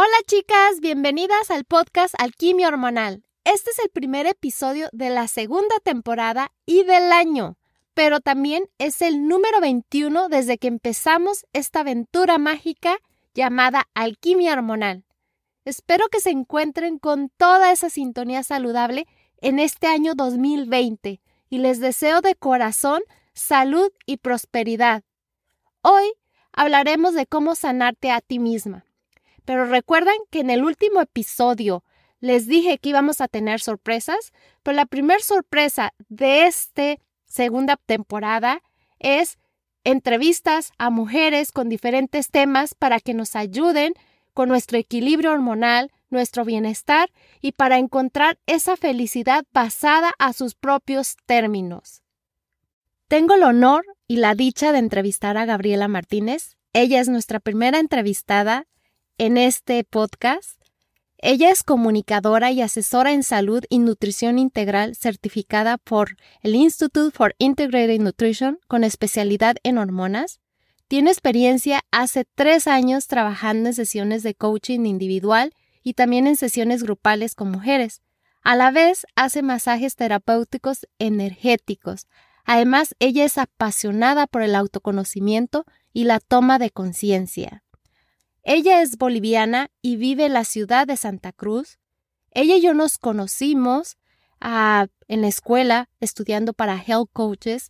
Hola chicas, bienvenidas al podcast Alquimia Hormonal. Este es el primer episodio de la segunda temporada y del año, pero también es el número 21 desde que empezamos esta aventura mágica llamada Alquimia Hormonal. Espero que se encuentren con toda esa sintonía saludable en este año 2020 y les deseo de corazón salud y prosperidad. Hoy hablaremos de cómo sanarte a ti misma. Pero recuerden que en el último episodio les dije que íbamos a tener sorpresas, pero la primera sorpresa de esta segunda temporada es entrevistas a mujeres con diferentes temas para que nos ayuden con nuestro equilibrio hormonal, nuestro bienestar y para encontrar esa felicidad basada a sus propios términos. Tengo el honor y la dicha de entrevistar a Gabriela Martínez. Ella es nuestra primera entrevistada en este podcast. Ella es comunicadora y asesora en salud y nutrición integral certificada por el Institute for Integrated Nutrition con especialidad en hormonas. Tiene experiencia hace 3 años trabajando en sesiones de coaching individual y también en sesiones grupales con mujeres. A la vez hace masajes terapéuticos energéticos. Además, ella es apasionada por el autoconocimiento y la toma de conciencia. Ella es boliviana y vive en la ciudad de Santa Cruz. Ella y yo nos conocimos en la escuela estudiando para Health Coaches.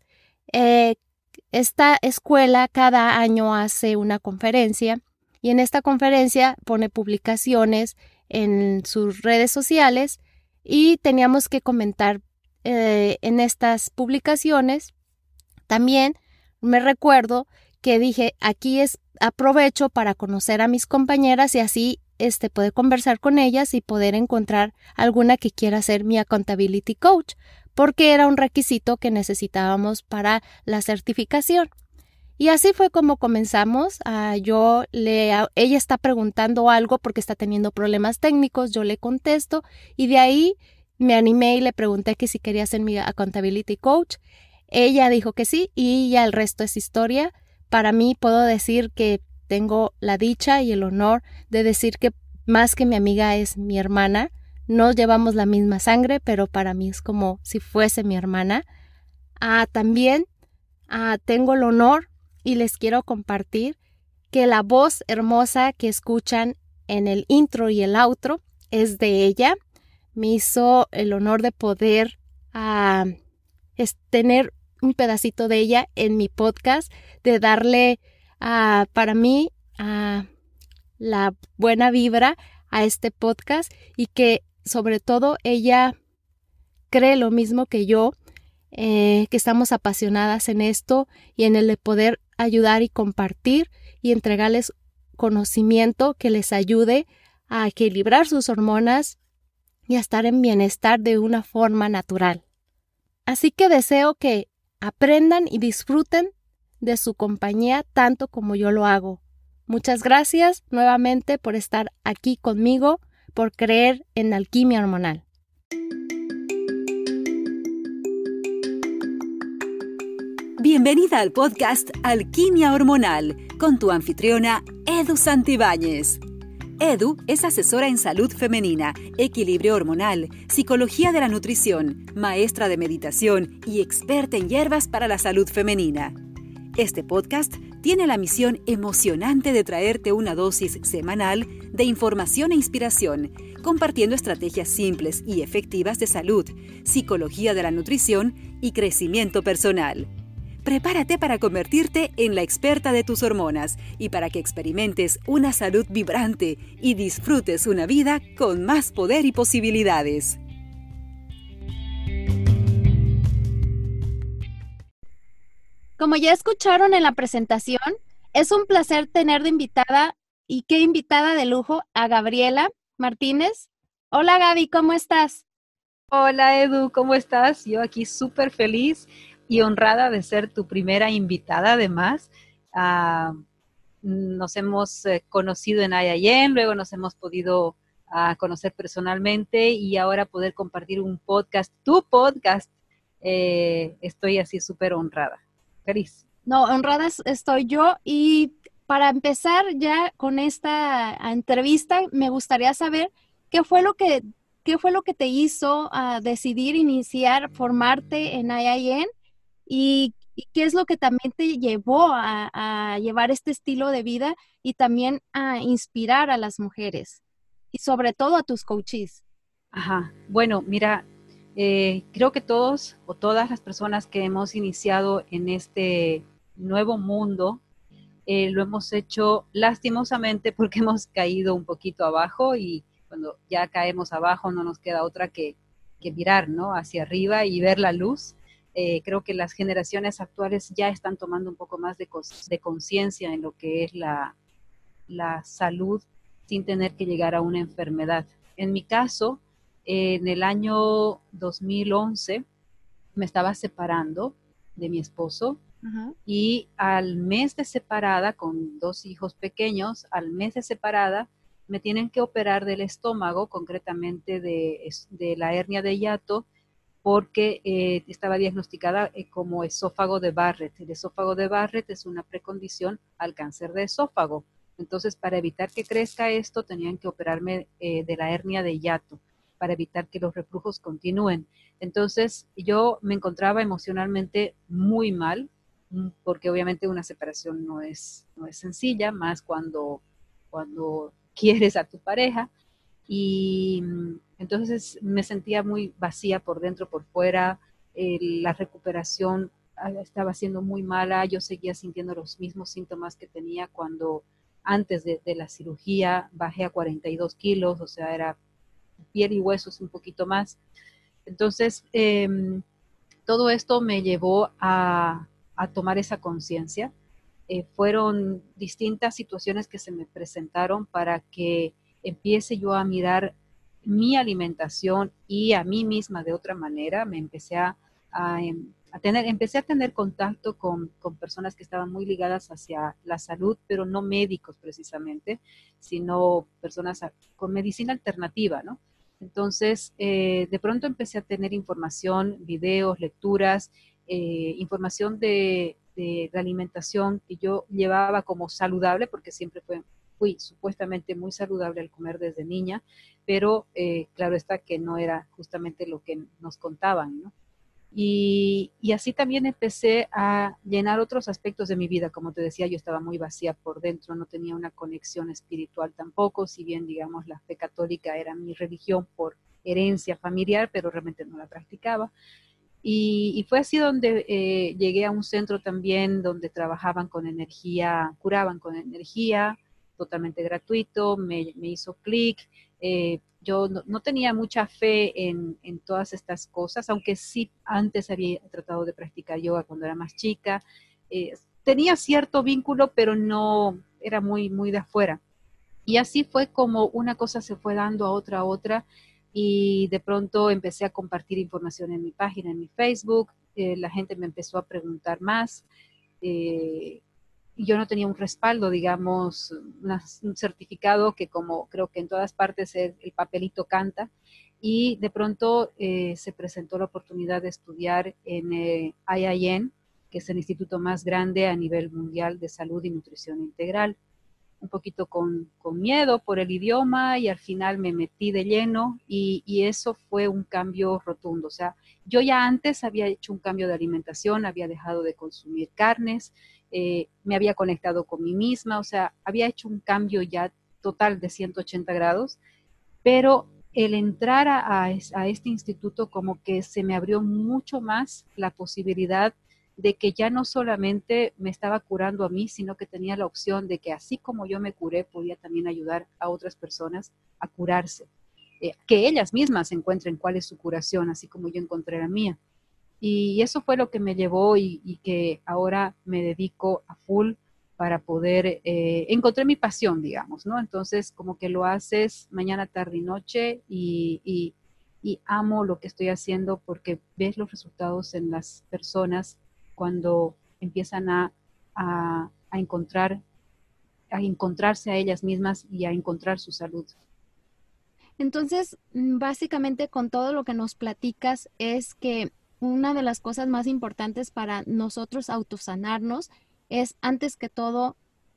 Esta escuela cada año hace una conferencia y en esta conferencia pone publicaciones en sus redes sociales y teníamos que comentar en estas publicaciones. También me recuerdo que dije, aquí aprovecho para conocer a mis compañeras y así poder conversar con ellas y poder encontrar alguna que quiera ser mi accountability coach, porque era un requisito que necesitábamos para la certificación. Y así fue como comenzamos. Ella está preguntando algo porque está teniendo problemas técnicos, yo le contesto y de ahí me animé y le pregunté que si quería ser mi accountability coach. Ella dijo que sí y ya el resto es historia. Para mí puedo decir que tengo la dicha y el honor de decir que más que mi amiga es mi hermana. No llevamos la misma sangre, pero para mí es como si fuese mi hermana. También tengo el honor y les quiero compartir que la voz hermosa que escuchan en el intro y el outro es de ella. Me hizo el honor de poder tener un pedacito de ella en mi podcast, de darle para mí la buena vibra a este podcast y que sobre todo ella cree lo mismo que yo, que estamos apasionadas en esto y en el de poder ayudar y compartir y entregarles conocimiento que les ayude a equilibrar sus hormonas y a estar en bienestar de una forma natural. Así que deseo que aprendan y disfruten de su compañía tanto como yo lo hago. Muchas gracias nuevamente por estar aquí conmigo, por creer en Alquimia Hormonal. Bienvenida al podcast Alquimia Hormonal con tu anfitriona Edu Santibáñez. Edu es asesora en salud femenina, equilibrio hormonal, psicología de la nutrición, maestra de meditación y experta en hierbas para la salud femenina. Este podcast tiene la misión emocionante de traerte una dosis semanal de información e inspiración, compartiendo estrategias simples y efectivas de salud, psicología de la nutrición y crecimiento personal. Prepárate para convertirte en la experta de tus hormonas y para que experimentes una salud vibrante y disfrutes una vida con más poder y posibilidades. Como ya escucharon en la presentación, es un placer tener de invitada y qué invitada de lujo a Gabriela Martínez. Hola Gaby, ¿cómo estás? Hola Edu, ¿cómo estás? Yo aquí súper feliz y honrada de ser tu primera invitada además. Nos hemos conocido en IIN, luego nos hemos podido conocer personalmente y ahora poder compartir un podcast, tu podcast, estoy así súper honrada, feliz. No, honrada estoy yo y para empezar ya con esta entrevista, me gustaría saber qué fue lo que, qué fue lo que te hizo decidir iniciar, formarte en IIN y qué es lo que también te llevó a llevar este estilo de vida y también a inspirar a las mujeres y sobre todo a tus coaches. Ajá. Bueno, mira, creo que todos o todas las personas que hemos iniciado en este nuevo mundo, lo hemos hecho lastimosamente porque hemos caído un poquito abajo y cuando ya caemos abajo no nos queda otra que mirar, ¿no? Hacia arriba y ver la luz. Creo que las generaciones actuales ya están tomando un poco más de conciencia en lo que es la salud sin tener que llegar a una enfermedad. En mi caso, en el año 2011 me estaba separando de mi esposo. Ajá. Y al mes de separada, con 2 hijos pequeños, al mes de separada, me tienen que operar del estómago, concretamente de la hernia de hiato, porque estaba diagnosticada como esófago de Barrett. El esófago de Barrett es una precondición al cáncer de esófago. Entonces, para evitar que crezca esto, tenían que operarme de la hernia de hiato, para evitar que los reflujos continúen. Entonces, yo me encontraba emocionalmente muy mal, porque obviamente una separación no es sencilla, más cuando quieres a tu pareja. Y entonces me sentía muy vacía por dentro, por fuera. La recuperación estaba siendo muy mala. Yo seguía sintiendo los mismos síntomas que tenía cuando antes de la cirugía. Bajé a 42 kilos, o sea, era piel y huesos un poquito más. Entonces, todo esto me llevó a tomar esa conciencia. Fueron distintas situaciones que se me presentaron para que empiece yo a mirar mi alimentación y a mí misma de otra manera. Me empecé empecé a tener contacto con personas que estaban muy ligadas hacia la salud, pero no médicos precisamente, sino personas con medicina alternativa, ¿no? Entonces, de pronto empecé a tener información, videos, lecturas, información de la alimentación que yo llevaba como saludable, porque siempre fui supuestamente muy saludable al comer desde niña, pero claro está que no era justamente lo que nos contaban, ¿no? Y así también empecé a llenar otros aspectos de mi vida. Como te decía, yo estaba muy vacía por dentro, no tenía una conexión espiritual tampoco, si bien, digamos, la fe católica era mi religión por herencia familiar, pero realmente no la practicaba. Y fue así donde llegué a un centro también donde trabajaban con energía, curaban con energía, totalmente gratuito, me hizo clic. Yo no tenía mucha fe en todas estas cosas, aunque sí antes había tratado de practicar yoga cuando era más chica. Tenía cierto vínculo, pero no era muy, muy de afuera. Y así fue como una cosa se fue dando a otra, y de pronto empecé a compartir información en mi página, en mi Facebook. La gente me empezó a preguntar más. Y yo no tenía un respaldo, digamos, un certificado que, como creo que en todas partes el papelito canta. Y de pronto se presentó la oportunidad de estudiar en IIN, que es el instituto más grande a nivel mundial de salud y nutrición integral. Un poquito con miedo por el idioma, y al final me metí de lleno, y eso fue un cambio rotundo. O sea, yo ya antes había hecho un cambio de alimentación, había dejado de consumir carnes, me había conectado con mí misma, o sea, había hecho un cambio ya total de 180 grados, pero el entrar a este instituto como que se me abrió mucho más la posibilidad de que ya no solamente me estaba curando a mí, sino que tenía la opción de que así como yo me curé, podía también ayudar a otras personas a curarse, que ellas mismas encuentren cuál es su curación, así como yo encontré la mía. Y eso fue lo que me llevó, y que ahora me dedico a full para poder, encontré mi pasión, digamos, ¿no? Entonces, como que lo haces mañana, tarde y noche, y amo lo que estoy haciendo, porque ves los resultados en las personas cuando empiezan a encontrar, a encontrarse a ellas mismas y a encontrar su salud. Entonces, básicamente con todo lo que nos platicas es que una de las cosas más importantes para nosotros autosanarnos es, antes que todo,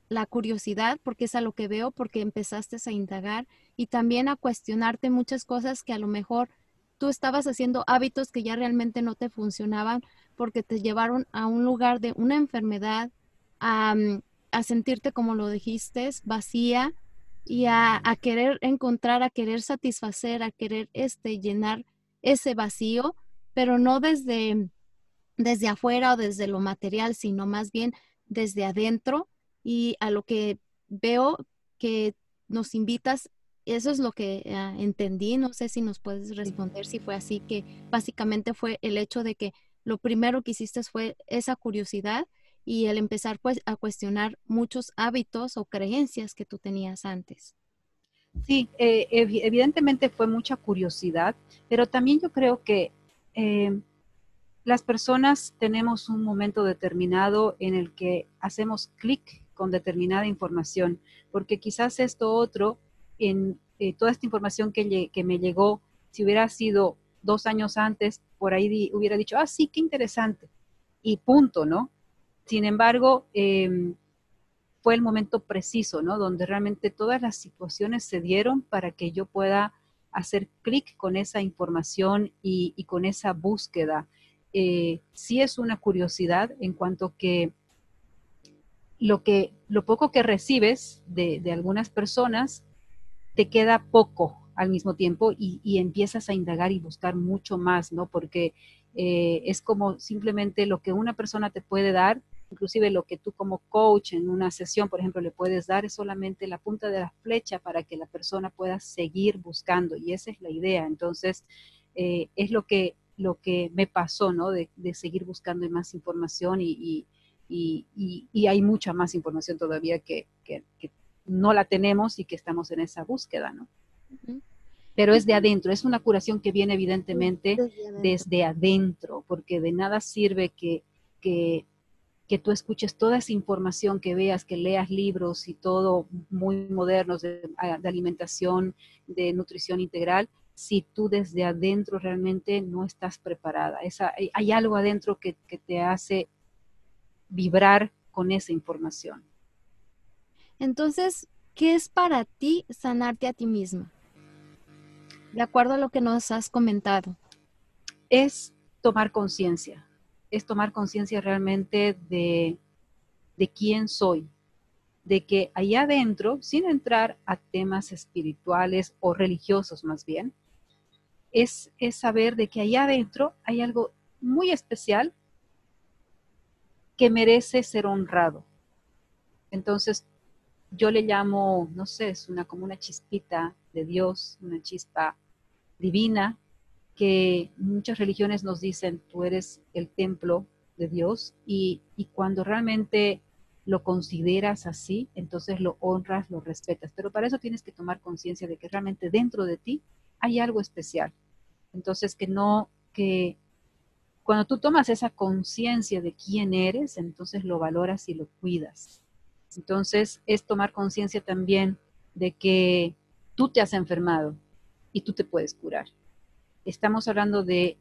la curiosidad, porque es a lo que veo, porque empezaste a indagar y también a cuestionarte muchas cosas que a lo mejor tú estabas haciendo hábitos que ya realmente no te funcionaban porque te llevaron a un lugar de una enfermedad, a sentirte, como lo dijiste, vacía y a querer encontrar, a querer satisfacer, a querer llenar ese vacío, pero no desde afuera o desde lo material, sino más bien desde adentro. Y a lo que veo que nos invitas, eso es lo que entendí, no sé si nos puedes responder si fue así, que básicamente fue el hecho de que lo primero que hiciste fue esa curiosidad y el empezar pues a cuestionar muchos hábitos o creencias que tú tenías antes. Sí, evidentemente fue mucha curiosidad, pero también yo creo que las personas tenemos un momento determinado en el que hacemos clic con determinada información, porque quizás esto otro, en toda esta información que me llegó, si hubiera sido 2 años antes, por ahí hubiera dicho, ah, sí, qué interesante, y punto, ¿no? Sin embargo, fue el momento preciso, ¿no? Donde realmente todas las situaciones se dieron para que yo pueda hacer clic con esa información y con esa búsqueda. Sí es una curiosidad en cuanto que lo poco que recibes de algunas personas te queda poco al mismo tiempo y empiezas a indagar y buscar mucho más, ¿no? Porque es como simplemente lo que una persona te puede dar, inclusive lo que tú como coach en una sesión, por ejemplo, le puedes dar es solamente la punta de la flecha para que la persona pueda seguir buscando y esa es la idea. Entonces, es lo que me pasó, ¿no? De seguir buscando más información y hay mucha más información todavía que no la tenemos y que estamos en esa búsqueda, ¿no? Uh-huh. Pero es de adentro, es una curación que viene evidentemente Desde adentro, porque de nada sirve que tú escuches toda esa información, que veas, que leas libros y todo muy modernos de alimentación, de nutrición integral, si tú desde adentro realmente no estás preparada. Hay algo adentro que te hace vibrar con esa información. Entonces, ¿qué es para ti sanarte a ti misma? De acuerdo a lo que nos has comentado. Es tomar conciencia realmente de quién soy, de que allá adentro, sin entrar a temas espirituales o religiosos más bien, es saber de que allá adentro hay algo muy especial que merece ser honrado. Entonces, yo le llamo, no sé, es como una chispita de Dios, una chispa divina, que muchas religiones nos dicen, tú eres el templo de Dios, y cuando realmente lo consideras así, entonces lo honras, lo respetas. Pero para eso tienes que tomar conciencia de que realmente dentro de ti hay algo especial. Entonces, que cuando tú tomas esa conciencia de quién eres, entonces lo valoras y lo cuidas. Entonces, es tomar conciencia también de que tú te has enfermado y tú te puedes curar. Estamos hablando de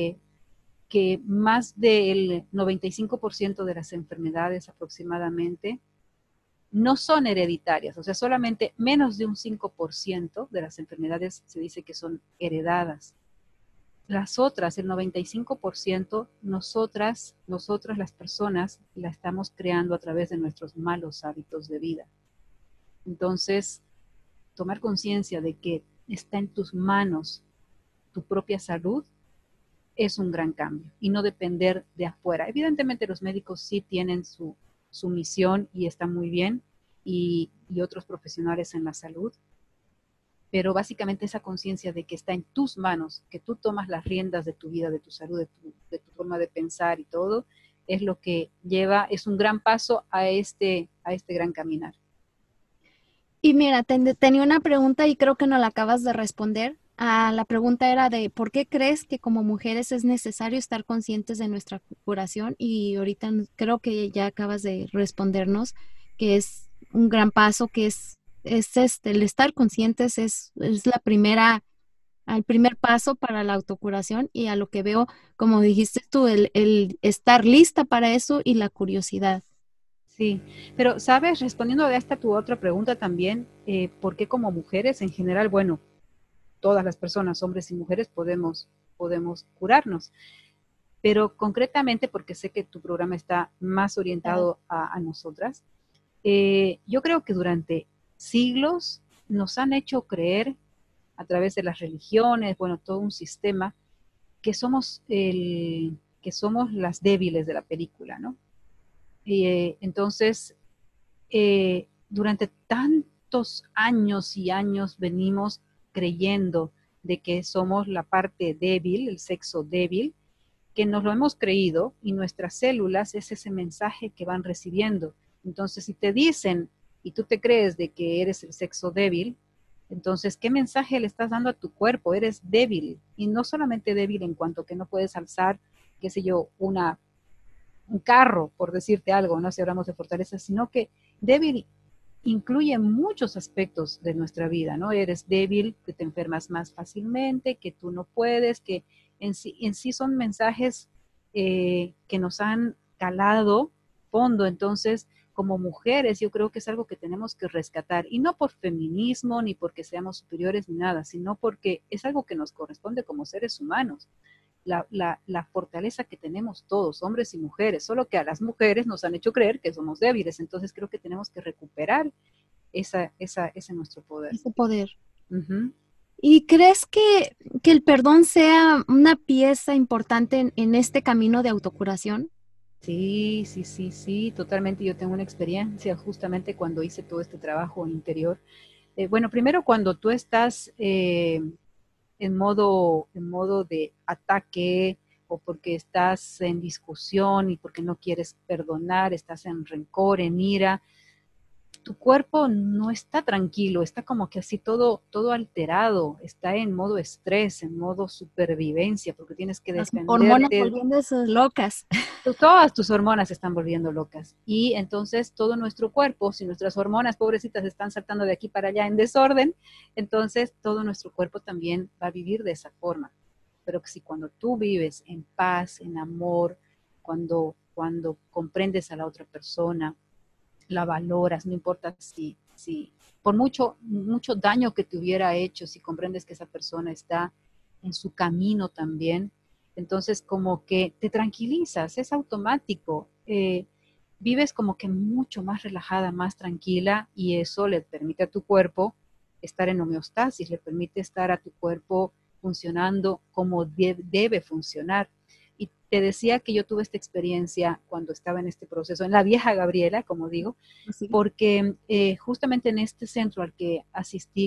que más del 95% de las enfermedades aproximadamente no son hereditarias, o sea, solamente menos de un 5% de las enfermedades se dice que son heredadas. Las otras, el 95%, nosotras las personas, la estamos creando a través de nuestros malos hábitos de vida. Entonces, tomar conciencia de que está en tus manos tu propia salud es un gran cambio y no depender de afuera. Evidentemente los médicos sí tienen su misión y está muy bien y otros profesionales en la salud, pero básicamente esa conciencia de que está en tus manos, que tú tomas las riendas de tu vida, de tu salud, de tu forma de pensar y todo, es lo que es un gran paso a este gran caminar. Y mira, tenía una pregunta y creo que no la acabas de responder. La pregunta era de ¿por qué crees que como mujeres es necesario estar conscientes de nuestra curación? Y ahorita creo que ya acabas de respondernos que es un gran paso, que es el estar conscientes es el primer paso para la autocuración y a lo que veo, como dijiste tú, el estar lista para eso y la curiosidad. Sí, pero sabes, respondiendo a esta tu otra pregunta también, ¿por qué como mujeres en general, bueno, todas las personas, hombres y mujeres, podemos curarnos? Pero concretamente, porque sé que tu programa está más Claro. orientado a nosotras, yo creo que durante siglos nos han hecho creer a través de las religiones, bueno, todo un sistema, que somos las débiles de la película, ¿no? Entonces, durante tantos años y años venimos creyendo de que somos la parte débil, el sexo débil, que nos lo hemos creído y nuestras células es ese mensaje que van recibiendo. Entonces, si te dicen y tú te crees de que eres el sexo débil, entonces, ¿qué mensaje le estás dando a tu cuerpo? Eres débil y no solamente débil en cuanto que no puedes alzar, qué sé yo, un carro, por decirte algo, no si hablamos de fortaleza, sino que débil incluye muchos aspectos de nuestra vida, ¿no? Eres débil, que te enfermas más fácilmente, que tú no puedes, que en sí son mensajes que nos han calado fondo. Entonces, como mujeres, yo creo que es algo que tenemos que rescatar, y no por feminismo, ni porque seamos superiores, ni nada, sino porque es algo que nos corresponde como seres humanos. La fortaleza que tenemos todos, hombres y mujeres, solo que a las mujeres nos han hecho creer que somos débiles. Entonces creo que tenemos que recuperar ese nuestro poder. Ese poder. Ujú. ¿Y crees que el perdón sea una pieza importante en este camino de autocuración? Sí, sí, sí, sí, totalmente. Yo tengo una experiencia justamente cuando hice todo este trabajo interior. Bueno, primero cuando tú estás en modo de ataque, o porque estás en discusión y porque no quieres perdonar, estás en rencor, en ira, tu cuerpo no está tranquilo, está como que así todo alterado, está en modo estrés, en modo supervivencia, porque tienes que Las hormonas defenderte. volviéndose locas. Todas tus hormonas se están volviendo locas. Y entonces todo nuestro cuerpo, si nuestras hormonas pobrecitas están saltando de aquí para allá en desorden, entonces todo nuestro cuerpo también va a vivir de esa forma. Pero que si cuando tú vives en paz, en amor, cuando comprendes a la otra persona, la valoras, no importa si por mucho daño que te hubiera hecho, si comprendes que esa persona está en su camino también, entonces como que te tranquilizas, es automático. Vives como que mucho más relajada, más tranquila, y eso le permite a tu cuerpo estar en homeostasis, le permite estar a tu cuerpo funcionando como debe funcionar. Y te decía que yo tuve esta experiencia cuando estaba en este proceso, en la vieja Gabriela, como digo, Así. porque justamente en este centro al que asistí,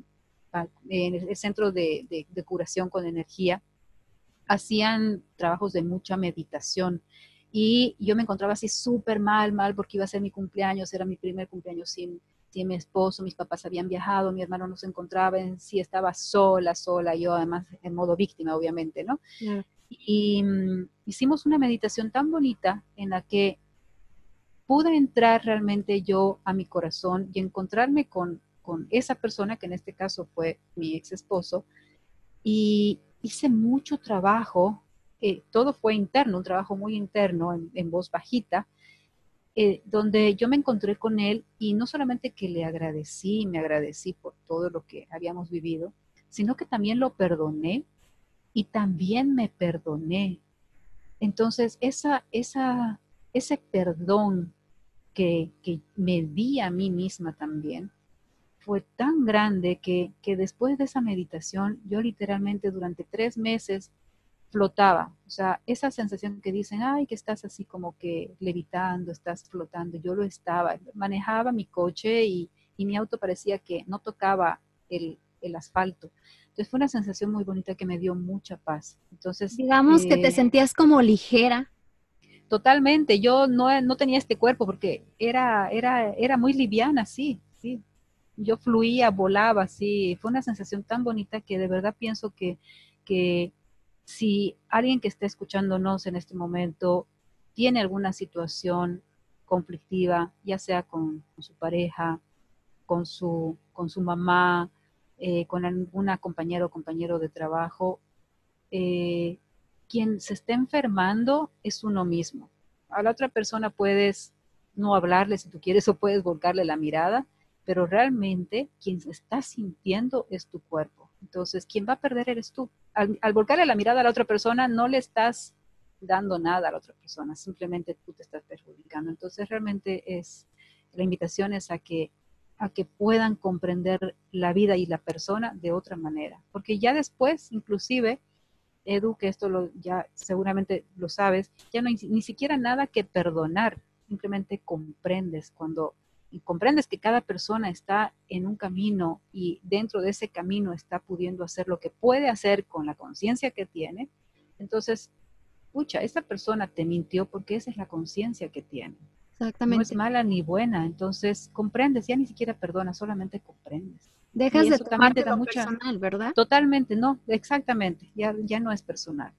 en el centro de curación con energía, hacían trabajos de mucha meditación. Y yo me encontraba así súper mal, porque iba a ser mi cumpleaños, era mi primer cumpleaños sin mi esposo, mis papás habían viajado, mi hermano no se encontraba, en sí estaba sola, yo además en modo víctima, obviamente, ¿no? Claro. Y hicimos una meditación tan bonita en la que pude entrar realmente yo a mi corazón y encontrarme con esa persona, que en este caso fue mi ex esposo, y hice mucho trabajo. Todo fue interno, un trabajo muy interno, en voz bajita, donde yo me encontré con él, y no solamente que me agradecí por todo lo que habíamos vivido, sino que también lo perdoné y también me perdoné. Entonces, ese perdón que me di a mí misma también fue tan grande que después de esa meditación yo literalmente durante 3 meses flotaba. O sea, esa sensación que dicen, ay, que estás así como que levitando, estás flotando, yo lo estaba. Manejaba mi coche y mi auto parecía que no tocaba el asfalto. Entonces fue una sensación muy bonita que me dio mucha paz. Entonces, Digamos que te sentías como ligera. totalmente, yo no tenía este cuerpo porque era muy liviana, sí, sí. Yo fluía, volaba, sí. Fue una sensación tan bonita que de verdad pienso que si alguien que está escuchándonos en este momento tiene alguna situación conflictiva, ya sea con su pareja, con su mamá, con alguna compañera o compañero de trabajo, eh, quien se está enfermando es uno mismo. A la otra persona puedes no hablarle si tú quieres o puedes volcarle la mirada, pero realmente quien se está sintiendo es tu cuerpo. Entonces, quien va a perder eres tú. Al volcarle la mirada a la otra persona, no le estás dando nada a la otra persona, simplemente tú te estás perjudicando. Entonces, realmente la invitación es a que puedan comprender la vida y la persona de otra manera. Porque ya después, inclusive, Edu, que esto ya seguramente lo sabes, ya no hay ni siquiera nada que perdonar, simplemente comprendes y comprendes que cada persona está en un camino y dentro de ese camino está pudiendo hacer lo que puede hacer con la conciencia que tiene. Entonces, pucha, esa persona te mintió porque esa es la conciencia que tiene. No es Exactamente. mala ni buena, entonces comprendes, ya ni siquiera perdonas, solamente comprendes. Y Dejas de eso también te da tomártelo mucha, personal, ¿verdad? totalmente, no, exactamente, ya no es personal.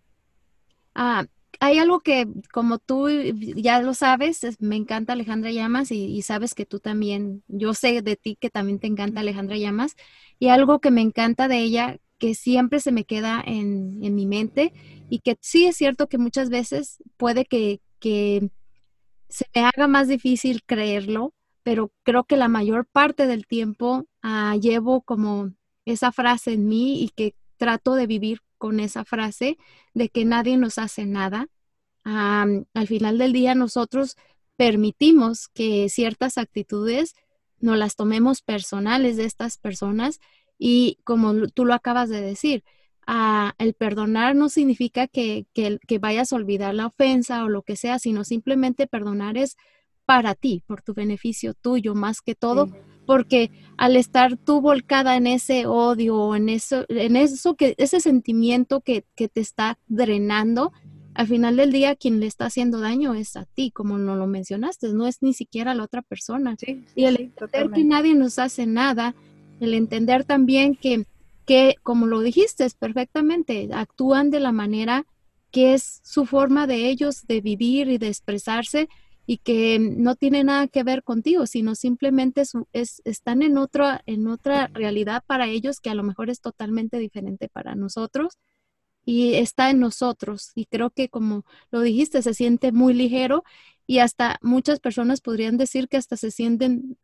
Ah, hay algo que, como tú ya lo sabes, me encanta Alejandra Llamas y sabes que tú también, yo sé de ti que también te encanta Alejandra Llamas y algo que me encanta de ella, que siempre se me queda en mi mente y que sí es cierto que muchas veces puede que se me haga más difícil creerlo, pero creo que la mayor parte del tiempo llevo como esa frase en mí y que trato de vivir con esa frase de que nadie nos hace nada. Al final del día nosotros permitimos que ciertas actitudes nos las tomemos personales de estas personas y como tú lo acabas de decir, el perdonar no significa que vayas a olvidar la ofensa o lo que sea, sino simplemente perdonar es para ti, por tu beneficio tuyo, más que todo, Sí. porque al estar tú volcada en ese odio, o ese sentimiento que te está drenando, al final del día quien le está haciendo daño es a ti, como no lo mencionaste, no es ni siquiera a la otra persona. Sí, Y sí, el sí, entender que totalmente. nadie nos hace nada, el entender también como lo dijiste perfectamente, actúan de la manera que es su forma de ellos de vivir y de expresarse y que no tiene nada que ver contigo, sino simplemente están en otra realidad para ellos que a lo mejor es totalmente diferente para nosotros y está en nosotros. Y creo que como lo dijiste, se siente muy ligero y hasta muchas personas podrían decir que hasta se sienten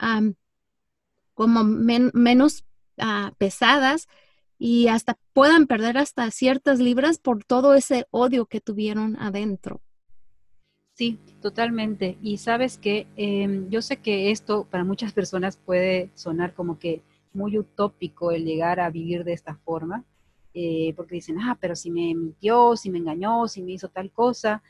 como menos pesadas y hasta puedan perder hasta ciertas libras por todo ese odio que tuvieron adentro. Sí, totalmente. Y sabes que yo sé que esto para muchas personas puede sonar como que muy utópico el llegar a vivir de esta forma, porque dicen, pero si me mintió, si me engañó, si me hizo tal cosa,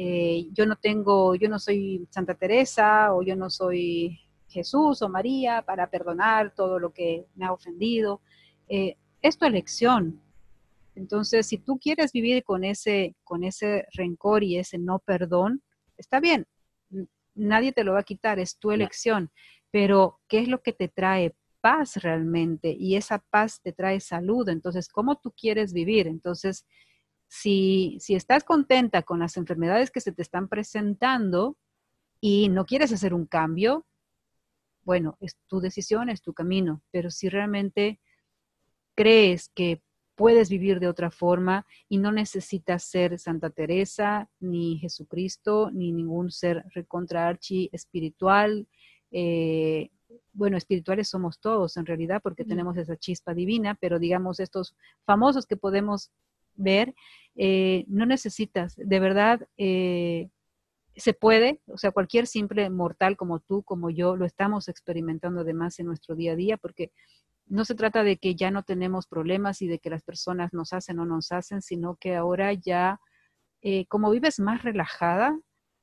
yo no soy Santa Teresa o yo no soy Jesús o María para perdonar todo lo que me ha ofendido. Es tu elección. Entonces, si tú quieres vivir con ese rencor y ese no perdón, está bien, nadie te lo va a quitar, es tu elección, pero ¿qué es lo que te trae paz realmente? Y esa paz te trae salud, entonces, ¿cómo tú quieres vivir? Entonces, si estás contenta con las enfermedades que se te están presentando y no quieres hacer un cambio, bueno, es tu decisión, es tu camino, pero si realmente crees que puedes vivir de otra forma y no necesitas ser Santa Teresa, ni Jesucristo, ni ningún ser recontra archi espiritual. Eh, bueno, espirituales somos todos en realidad porque tenemos esa chispa divina, pero digamos estos famosos que podemos ver, no necesitas, de verdad, se puede, o sea, cualquier simple mortal como tú, como yo, lo estamos experimentando además en nuestro día a día porque no se trata de que ya no tenemos problemas y de que las personas nos hacen o nos hacen, sino que ahora ya, como vives más relajada,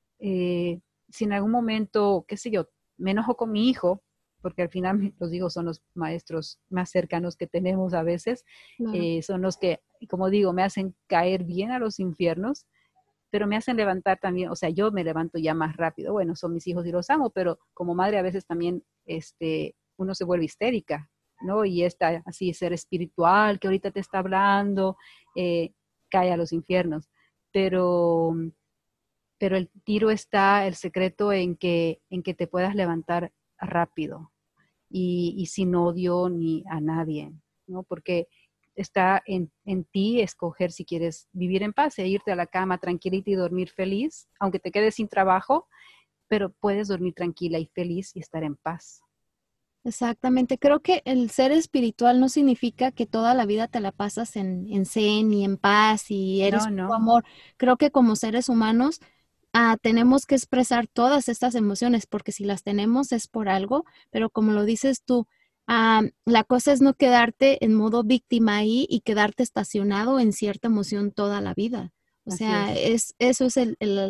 si en algún momento, qué sé yo, me enojo con mi hijo, porque al final los hijos son los maestros más cercanos que tenemos a veces, Claro. son los que, como digo, me hacen caer bien a los infiernos, pero me hacen levantar también, o sea, yo me levanto ya más rápido. Bueno, son mis hijos y los amo, pero como madre a veces también uno se vuelve histérica, ¿no? Y esta así ser espiritual que ahorita te está hablando, eh, cae a los infiernos. Pero, pero el tiro está, el secreto en que te puedas levantar rápido y sin odio ni a nadie, ¿no? Porque está en ti escoger si quieres vivir en paz e irte a la cama tranquilita y dormir feliz, aunque te quedes sin trabajo, pero puedes dormir tranquila y feliz y estar en paz. Exactamente. Creo que el ser espiritual no significa que toda la vida te la pasas en zen y en paz y eres No, puro no, amor. Creo que como seres humanos tenemos que expresar todas estas emociones porque si las tenemos es por algo, pero como lo dices tú, la cosa es no quedarte en modo víctima ahí y quedarte estacionado en cierta emoción toda la vida. O así sea, es. eso es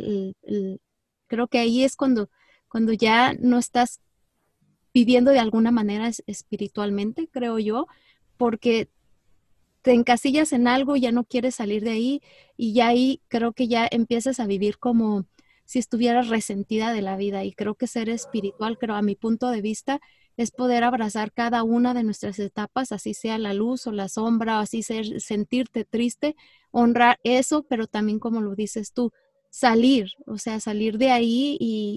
creo que ahí es cuando ya no estás viviendo de alguna manera espiritualmente, creo yo, porque te encasillas en algo, ya no quieres salir de ahí y ya ahí creo que ya empiezas a vivir como si estuvieras resentida de la vida y creo que ser espiritual, creo a mi punto de vista, es poder abrazar cada una de nuestras etapas, así sea la luz o la sombra, o así ser, sentirte triste, honrar eso, pero también como lo dices tú, salir, o sea, salir de ahí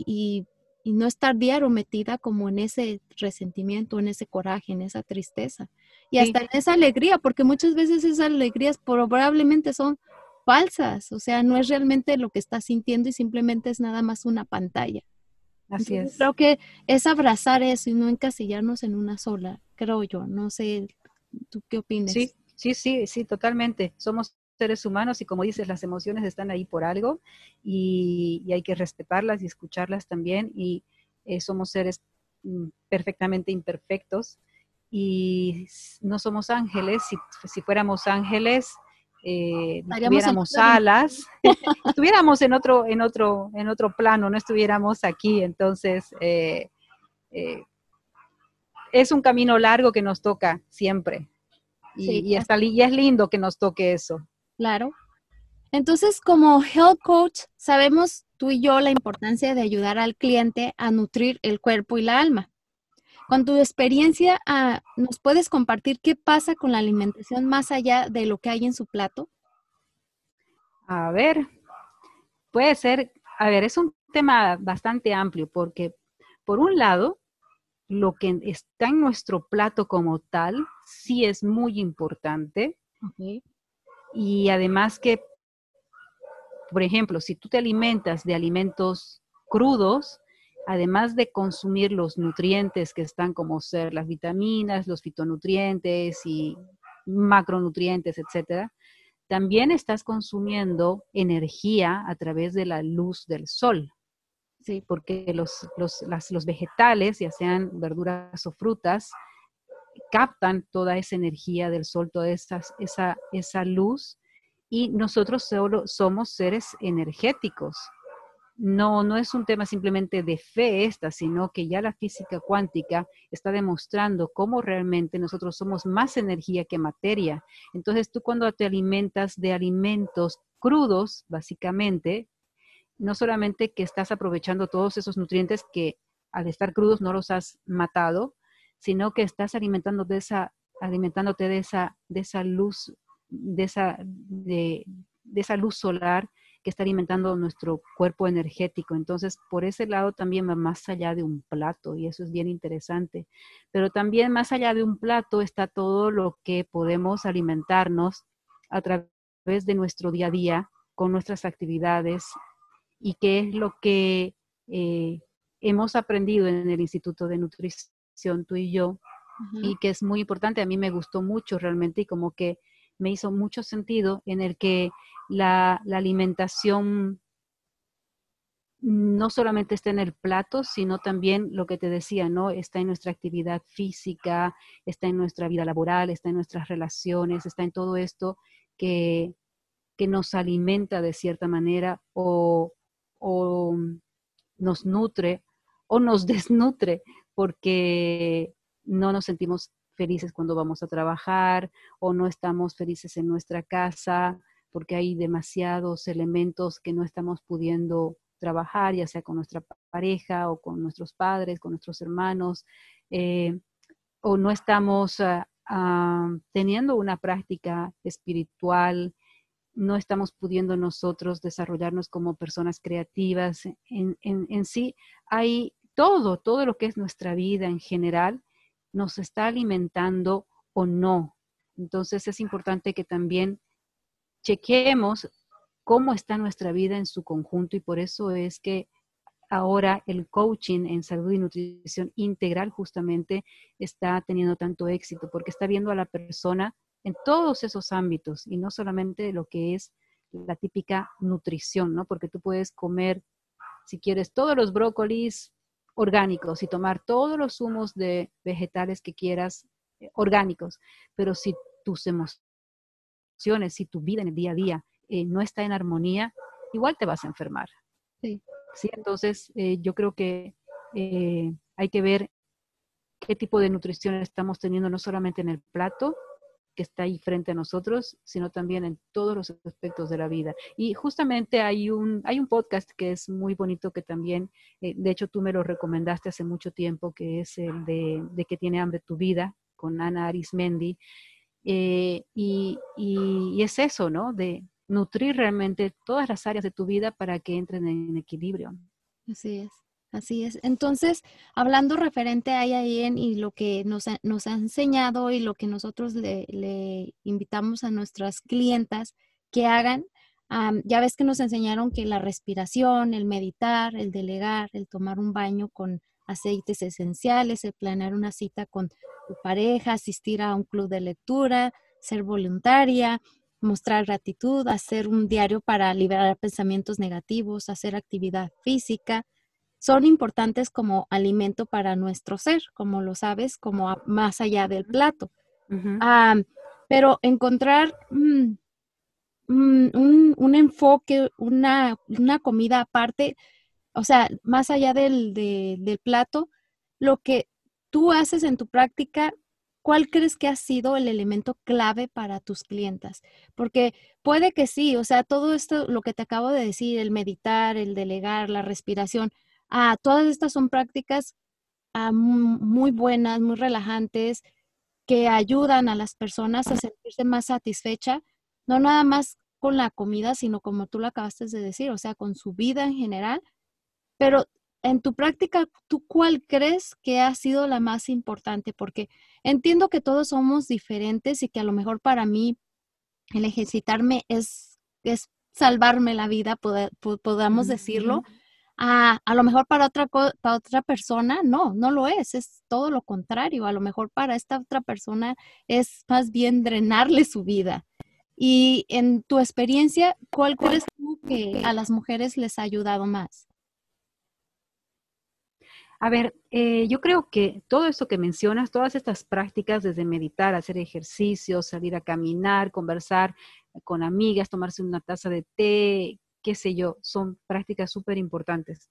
y no estar diario metida como en ese resentimiento, en ese coraje, en esa tristeza. Y hasta Sí, en esa alegría, porque muchas veces esas alegrías probablemente son falsas, o sea, no es realmente lo que estás sintiendo y simplemente es nada más una pantalla. así Entonces es. creo que es abrazar eso y no encasillarnos en una sola, creo yo. No sé, ¿tú qué opines? Sí, sí, sí, sí, totalmente. Somos seres humanos y como dices, las emociones están ahí por algo y hay que respetarlas y escucharlas también. Y somos seres perfectamente imperfectos y no somos ángeles. Si fuéramos ángeles, Estaríamos en tuviéramos otra dimensión. alas, estuviéramos en otro plano, no estuviéramos aquí. Entonces, eh, es un camino largo que nos toca siempre. Sí, Y es lindo que nos toque eso. claro. Entonces, como health coach, sabemos tú y yo la importancia de ayudar al cliente a nutrir el cuerpo y la alma. Con tu experiencia, ¿nos puedes compartir qué pasa con la alimentación más allá de lo que hay en su plato? A ver, puede ser, a ver, es un tema bastante amplio porque, por un lado, lo que está en nuestro plato como tal sí es muy importante Ok. y además que, por ejemplo, si tú te alimentas de alimentos crudos, además de consumir los nutrientes que están como ser las vitaminas, los fitonutrientes y macronutrientes, etcétera, también estás consumiendo energía a través de la luz del sol, Sí, porque los vegetales, ya sean verduras o frutas, captan toda esa energía del sol, toda esa luz, y nosotros solo somos seres energéticos. No, no es un tema simplemente de fe sino que ya la física cuántica está demostrando cómo realmente nosotros somos más energía que materia. Entonces tú cuando te alimentas de alimentos crudos, básicamente, no solamente que estás aprovechando todos esos nutrientes que al estar crudos no los has matado, sino que estás alimentándote de esa luz, de esa luz solar que está alimentando nuestro cuerpo energético. Entonces, por ese lado también va más allá de un plato y eso es bien interesante. Pero también más allá de un plato está todo lo que podemos alimentarnos a través de nuestro día a día con nuestras actividades y qué es lo que eh, hemos aprendido en el Instituto de Nutrición, tú y yo, ajá. y que es muy importante. A mí me gustó mucho realmente y como que me hizo mucho sentido en el que la alimentación no solamente está en el plato, sino también lo que te decía, ¿no? Está en nuestra actividad física, está en nuestra vida laboral, está en nuestras relaciones, está en todo esto que, que nos alimenta de cierta manera o nos nutre o nos desnutre porque no nos sentimos felices cuando vamos a trabajar o no estamos felices en nuestra casa porque hay demasiados elementos que no estamos pudiendo trabajar, ya sea con nuestra pareja o con nuestros padres, con nuestros hermanos, eh, o no estamos teniendo una práctica espiritual, no estamos pudiendo nosotros desarrollarnos como personas creativas. En sí, hay todo lo que es nuestra vida en general, nos está alimentando o no. Entonces es importante que también chequemos cómo está nuestra vida en su conjunto y por eso es que ahora el coaching en salud y nutrición integral justamente está teniendo tanto éxito, porque está viendo a la persona en todos esos ámbitos y no solamente lo que es la típica nutrición, ¿no? Porque tú puedes comer, si quieres, todos los brócolis orgánicos y tomar todos los zumos de vegetales que quieras orgánicos, pero si tus emociones, si tu vida en el día a día no está en armonía, igual te vas a enfermar. Sí. ¿Sí? Entonces, yo creo que hay que ver qué tipo de nutrición estamos teniendo, no solamente en el plato que está ahí frente a nosotros, sino también en todos los aspectos de la vida. Y justamente hay un podcast que es muy bonito que también, de hecho tú me lo recomendaste hace mucho tiempo, que es el de ¿Qué tiene hambre tu vida? Con Ana Arismendi. Y es eso, ¿no? De nutrir realmente todas las áreas de tu vida para que entren en equilibrio. Así es, así es. Entonces, hablando referente a IAN y lo que nos ha enseñado y lo que nosotros le invitamos a nuestras clientas que hagan, ya ves que nos enseñaron que la respiración, el meditar, el delegar, el tomar un baño con aceites esenciales, el planear una cita con tu pareja, asistir a un club de lectura, ser voluntaria, mostrar gratitud, hacer un diario para liberar pensamientos negativos, hacer actividad física, son importantes como alimento para nuestro ser, como lo sabes, como más allá del plato. Uh-huh. Pero encontrar un enfoque, una comida aparte, o sea, más allá del plato, lo que tú haces en tu práctica, ¿cuál crees que ha sido el elemento clave para tus clientas? Porque puede que sí, o sea, todo esto, lo que te acabo de decir, el meditar, el delegar, la respiración, todas estas son prácticas muy buenas, muy relajantes, que ayudan a las personas a sentirse más satisfecha, no nada más con la comida, sino como tú lo acabaste de decir, o sea, con su vida en general. Pero en tu práctica, ¿tú cuál crees que ha sido la más importante? Porque entiendo que todos somos diferentes y que a lo mejor para mí el ejercitarme es salvarme la vida, podamos decirlo. A lo mejor para otra persona, no lo es todo lo contrario. A lo mejor para esta otra persona es más bien drenarle su vida. Y en tu experiencia, ¿cuál crees tú que a las mujeres les ha ayudado más? A ver, yo creo que todo esto que mencionas, todas estas prácticas, desde meditar, hacer ejercicio, salir a caminar, conversar con amigas, tomarse una taza de té, qué sé yo, son prácticas súper importantes.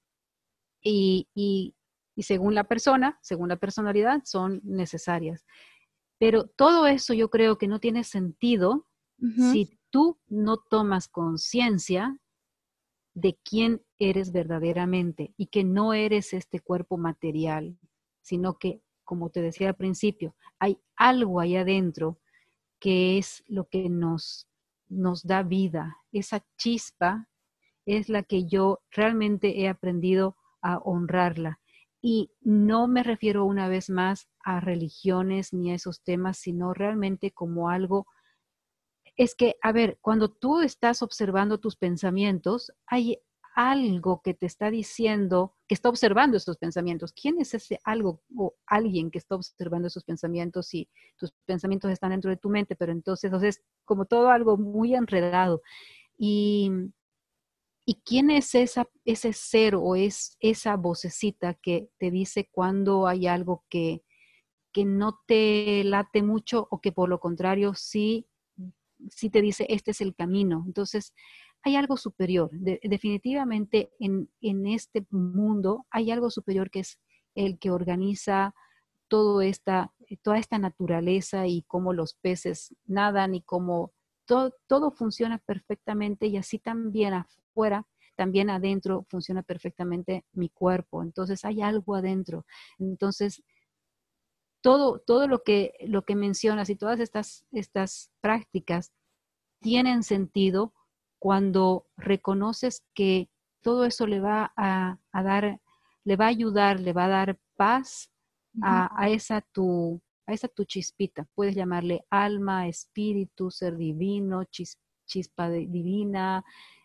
Y según la persona, según la personalidad, son necesarias. Pero todo eso yo creo que no tiene sentido Ujú. si tú no tomas conciencia de quién eres verdaderamente y que no eres este cuerpo material, sino que, como te decía al principio, hay algo ahí adentro que es lo que nos da vida. Esa chispa es la que yo realmente he aprendido a honrarla. Y no me refiero una vez más a religiones ni a esos temas, sino realmente como algo. Es que, a ver, cuando tú estás observando tus pensamientos, hay algo que te está diciendo, que está observando esos pensamientos. ¿Quién es ese algo o alguien que está observando esos pensamientos si tus pensamientos están dentro de tu mente? Pero entonces como todo algo muy enredado. Y, ¿Y quién es ese ser o es esa vocecita que te dice cuando hay algo que no te late mucho o que por lo contrario sí te dice este es el camino? Entonces, hay algo superior. Definitivamente en este mundo hay algo superior que es el que organiza toda esta naturaleza y cómo los peces nadan y cómo todo funciona perfectamente y así también afuera, también adentro funciona perfectamente mi cuerpo. Entonces hay algo adentro. Entonces, todo lo que mencionas y todas estas prácticas tienen sentido cuando reconoces que todo eso le va a ayudar, le va a dar paz Ujú. a esa tu chispita. Puedes llamarle alma, espíritu, ser divino, chispa divina,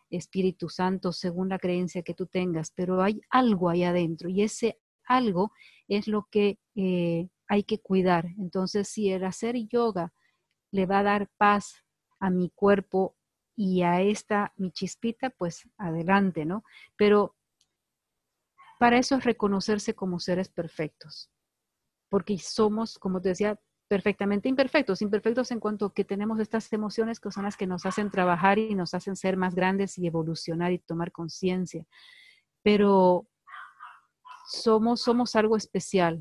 Espíritu Santo, según la creencia que tú tengas, pero hay algo ahí adentro y ese algo es lo que hay que cuidar. Entonces, si el hacer yoga le va a dar paz a mi cuerpo y a esta, mi chispita, pues adelante, ¿no? Pero para eso es reconocerse como seres perfectos, porque somos, como te decía, perfectamente imperfectos, imperfectos en cuanto a que tenemos estas emociones que son las que nos hacen trabajar y nos hacen ser más grandes y evolucionar y tomar conciencia, pero somos algo especial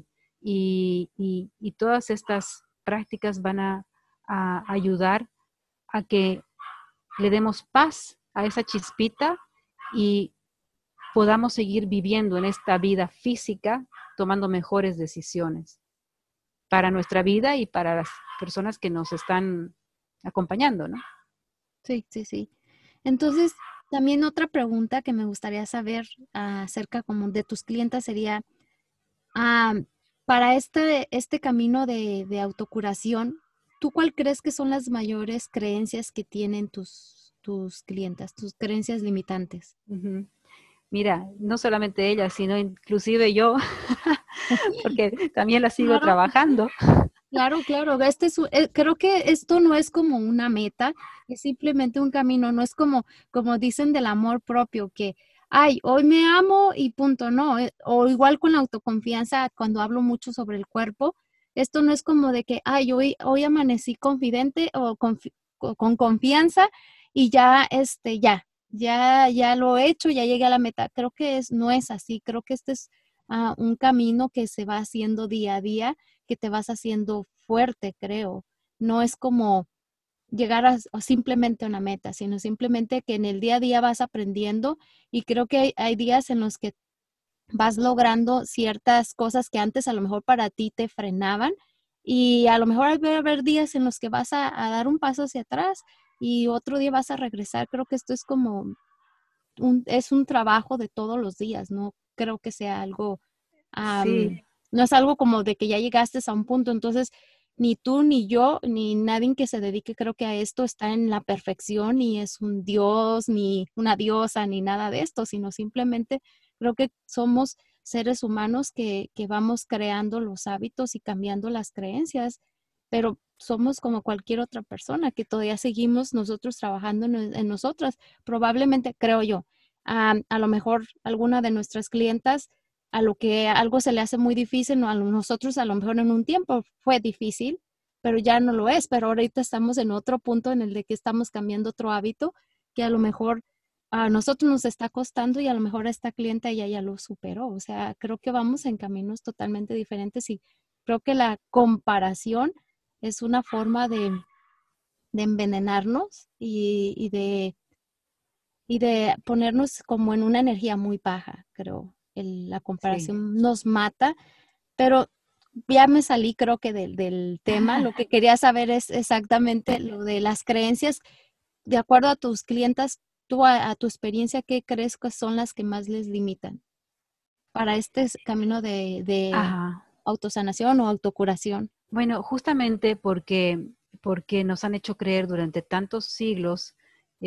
y todas estas prácticas van a ayudar a que le demos paz a esa chispita y podamos seguir viviendo en esta vida física tomando mejores decisiones para nuestra vida y para las personas que nos están acompañando, ¿no? Sí, sí, sí. Entonces, también otra pregunta que me gustaría saber acerca como de tus clientes sería, ah, para este camino de autocuración, ¿tú cuál crees que son las mayores creencias que tienen tus clientas, tus creencias limitantes? Uh-huh. Mira, no solamente ella, sino inclusive yo, porque también la sigo Claro. trabajando. Claro, claro. Creo que esto no es como una meta, es simplemente un camino. No es como dicen del amor propio, que, ay, hoy me amo y punto, no. O igual con la autoconfianza, cuando hablo mucho sobre el cuerpo, esto no es como de que, ay, hoy amanecí confidente o con confianza y ya, ya lo he hecho, ya llegué a la meta. Creo que no es así. Creo que este es un camino que se va haciendo día a día, que te vas haciendo fuerte, creo. No es como llegar a simplemente una meta, sino simplemente que en el día a día vas aprendiendo y creo que hay días en los que vas logrando ciertas cosas que antes a lo mejor para ti te frenaban y a lo mejor va a haber días en los que vas a dar un paso hacia atrás y otro día vas a regresar. Creo que esto es como es un trabajo de todos los días, no creo que sea algo Sí, no es algo como de que ya llegaste a un punto, entonces ni tú, ni yo, ni nadie que se dedique creo que a esto está en la perfección, ni es un dios, ni una diosa, ni nada de esto, sino simplemente creo que somos seres humanos que vamos creando los hábitos y cambiando las creencias, pero somos como cualquier otra persona que todavía seguimos nosotros trabajando en nosotras. Probablemente, creo yo, a lo mejor alguna de nuestras clientas a lo que algo se le hace muy difícil, no, a nosotros a lo mejor en un tiempo fue difícil, pero ya no lo es, pero ahorita estamos en otro punto en el de que estamos cambiando otro hábito que a lo mejor a nosotros nos está costando y a lo mejor a esta clienta ella ya lo superó. O sea, creo que vamos en caminos totalmente diferentes y creo que la comparación es una forma de envenenarnos y de ponernos como en una energía muy baja, creo. La sí. comparación nos mata, pero ya me salí creo que del tema. Lo que quería saber es exactamente lo de las creencias. De acuerdo a tus clientas, tú a tu experiencia, ¿qué crees que son las que más les limitan para este camino de Ajá. autosanación o autocuración? Bueno, justamente porque nos han hecho creer durante tantos siglos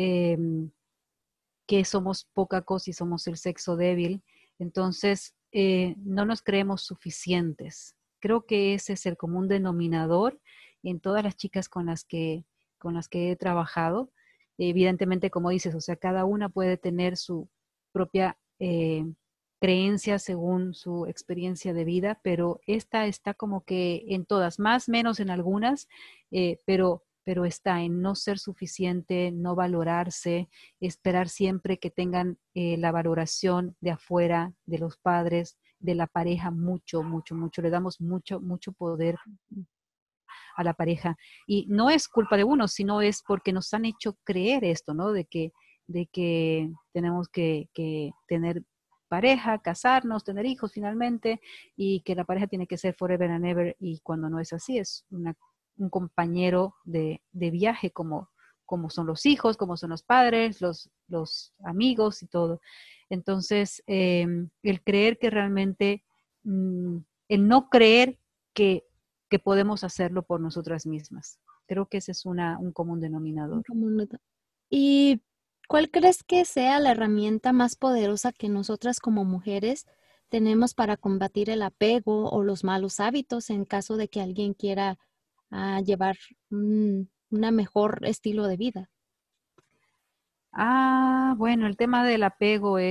que somos poca cosa y somos el sexo débil, entonces no nos creemos suficientes. Creo que ese es el común denominador en todas las chicas con las que he trabajado. Evidentemente, como dices, o sea, cada una puede tener su propia creencia según su experiencia de vida, pero esta está como que en todas, más menos en algunas, pero está en no ser suficiente, no valorarse, esperar siempre que tengan la valoración de afuera, de los padres, de la pareja, mucho, mucho, mucho. Le damos mucho, mucho poder a la pareja. Y no es culpa de uno, sino es porque nos han hecho creer esto, ¿no? De que tenemos que tener pareja, casarnos, tener hijos finalmente, y que la pareja tiene que ser forever and ever, y cuando no es así, es un compañero de viaje como son los hijos, como son los padres, los amigos y todo. Entonces, el creer que realmente, el no creer que, que podemos hacerlo por nosotras mismas. Creo que ese es un común denominador. Y ¿Cuál crees que sea la herramienta más poderosa que nosotras como mujeres tenemos para combatir el apego o los malos hábitos en caso de que alguien quiera llevar una mejor estilo de vida? Bueno, el tema del apego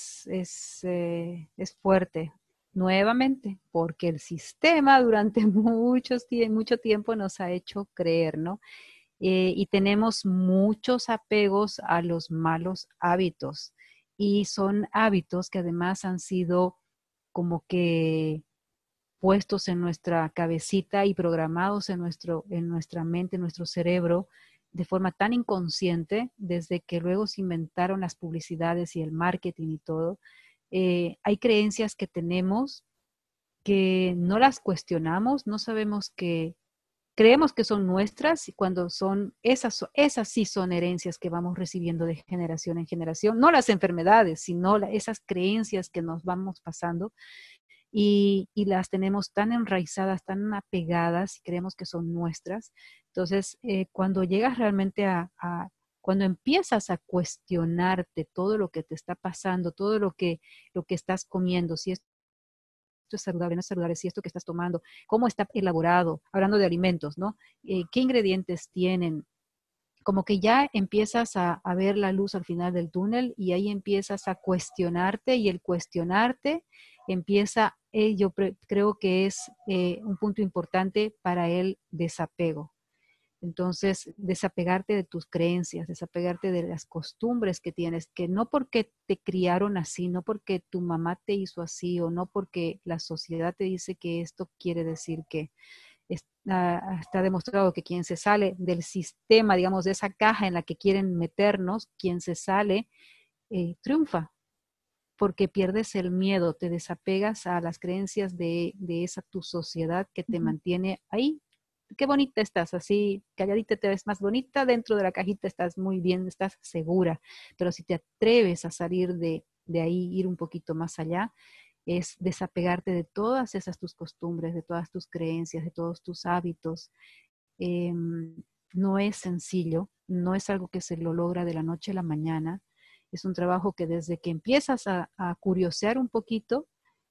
es fuerte, nuevamente, porque el sistema durante mucho tiempo nos ha hecho creer, ¿no? Y tenemos muchos apegos a los malos hábitos y son hábitos que además han sido como que puestos en nuestra cabecita y programados en nuestra mente, en nuestro cerebro, de forma tan inconsciente, desde que luego se inventaron las publicidades y el marketing y todo. Hay creencias que tenemos que no las cuestionamos, no sabemos que creemos que son nuestras y cuando son esas sí son herencias que vamos recibiendo de generación en generación, no las enfermedades, sino esas creencias que nos vamos pasando y las tenemos tan enraizadas, tan apegadas y creemos que son nuestras. Entonces, cuando llegas realmente cuando empiezas a cuestionarte todo lo que te está pasando, todo lo que estás comiendo, si esto es saludable, no es saludable, si esto que estás tomando, cómo está elaborado, hablando de alimentos, ¿no? ¿Qué ingredientes tienen? Como que ya empiezas a ver la luz al final del túnel y ahí empiezas a cuestionarte y el cuestionarte empieza, creo que es un punto importante para el desapego. Entonces, desapegarte de tus creencias, desapegarte de las costumbres que tienes, que no porque te criaron así, no porque tu mamá te hizo así o no porque la sociedad te dice que esto quiere decir que está demostrado que quien se sale del sistema, digamos, de esa caja en la que quieren meternos, quien se sale, triunfa, porque pierdes el miedo, te desapegas a las creencias de esa tu sociedad que te mantiene ahí. Qué bonita estás, así calladita te ves más bonita, dentro de la cajita estás muy bien, estás segura, pero si te atreves a salir de ahí, ir un poquito más allá, es desapegarte de todas esas tus costumbres, de todas tus creencias, de todos tus hábitos. Eh, no es sencillo, no es algo que se lo logra de la noche a la mañana. Es un trabajo que desde que empiezas a curiosear un poquito,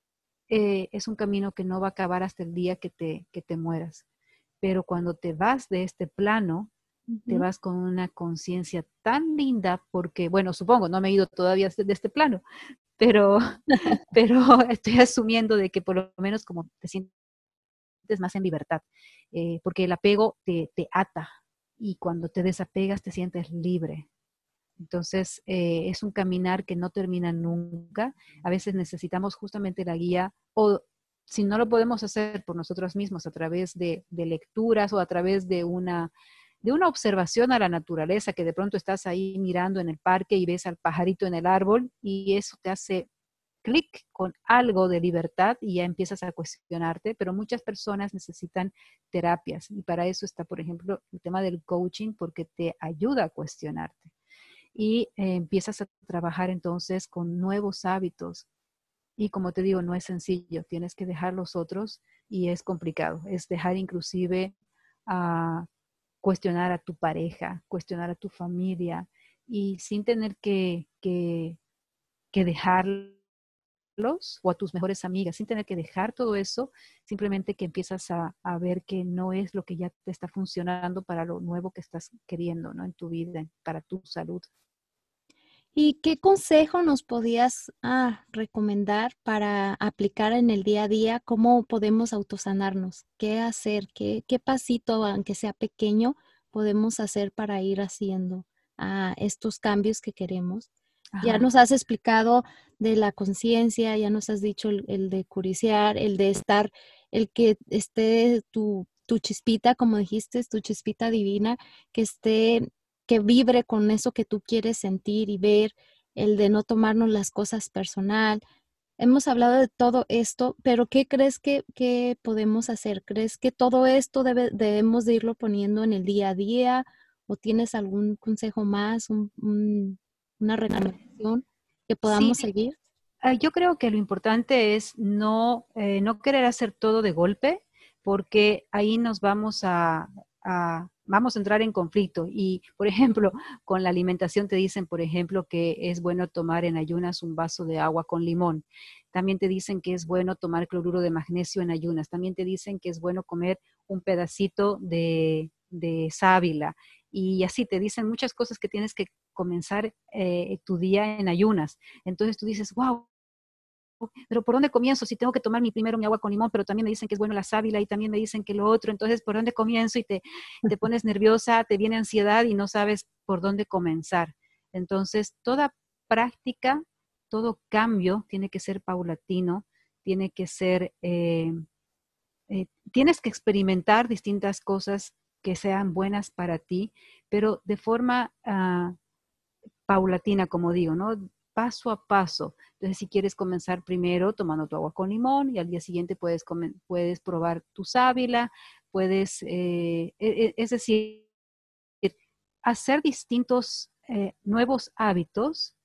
es un camino que no va a acabar hasta el día que te mueras. Pero cuando te vas de este plano, te vas con una conciencia tan linda, porque, bueno, supongo, no me he ido todavía de este plano, pero, pero estoy asumiendo de que por lo menos como te sientes más en libertad, porque el apego te ata y cuando te desapegas te sientes libre. Entonces, es un caminar que no termina nunca. A veces necesitamos justamente la guía o si no lo podemos hacer por nosotros mismos a través de lecturas o a través de una observación a la naturaleza, que de pronto estás ahí mirando en el parque y ves al pajarito en el árbol y eso te hace clic con algo de libertad y ya empiezas a cuestionarte, pero muchas personas necesitan terapias y para eso está, por ejemplo, el tema del coaching porque te ayuda a cuestionarte y empiezas a trabajar entonces con nuevos hábitos. Y como te digo, no es sencillo, tienes que dejar los otros y es complicado, es dejar inclusive a cuestionar a tu pareja, cuestionar a tu familia y sin tener que dejarlos o a tus mejores amigas, sin tener que dejar todo eso, simplemente que empiezas a ver que no es lo que ya te está funcionando para lo nuevo que estás queriendo, ¿no? En tu vida, para tu salud. ¿Y qué consejo nos podías recomendar para aplicar en el día a día? ¿Cómo podemos autosanarnos? ¿Qué hacer? ¿Qué pasito, aunque sea pequeño, podemos hacer para ir haciendo estos cambios que queremos? Ya Ajá. nos has explicado de la conciencia, ya nos has dicho el de curiciar, el de estar, el que esté tu chispita, como dijiste, tu chispita divina, que esté, que vibre con eso que tú quieres sentir y ver, el de no tomarnos las cosas personal. Hemos hablado de todo esto, pero ¿qué crees que podemos hacer? ¿Crees que todo esto debemos de irlo poniendo en el día a día? ¿O tienes algún consejo más, una recomendación que Sí, podamos seguir? yo creo que lo importante es no querer hacer todo de golpe, porque ahí nos vamos a vamos a entrar en conflicto. Y, por ejemplo, con la alimentación te dicen, por ejemplo, que es bueno tomar en ayunas un vaso de agua con limón. También te dicen que es bueno tomar cloruro de magnesio en ayunas. También te dicen que es bueno comer un pedacito de sábila. Y así te dicen muchas cosas que tienes que comenzar tu día en ayunas. Entonces tú dices, wow, pero ¿por dónde comienzo? Si tengo que tomar primero mi agua con limón, pero también me dicen que es bueno la sábila y también me dicen que lo otro, entonces ¿por dónde comienzo? Y te pones nerviosa, te viene ansiedad y no sabes por dónde comenzar. Entonces, toda práctica, todo cambio tiene que ser paulatino, tiene que ser, tienes que experimentar distintas cosas que sean buenas para ti, pero de forma paulatina, como digo, ¿no? Paso a paso. Entonces, si quieres comenzar primero tomando tu agua con limón y al día siguiente puedes probar tu sábila, puedes, es decir, hacer distintos nuevos hábitos,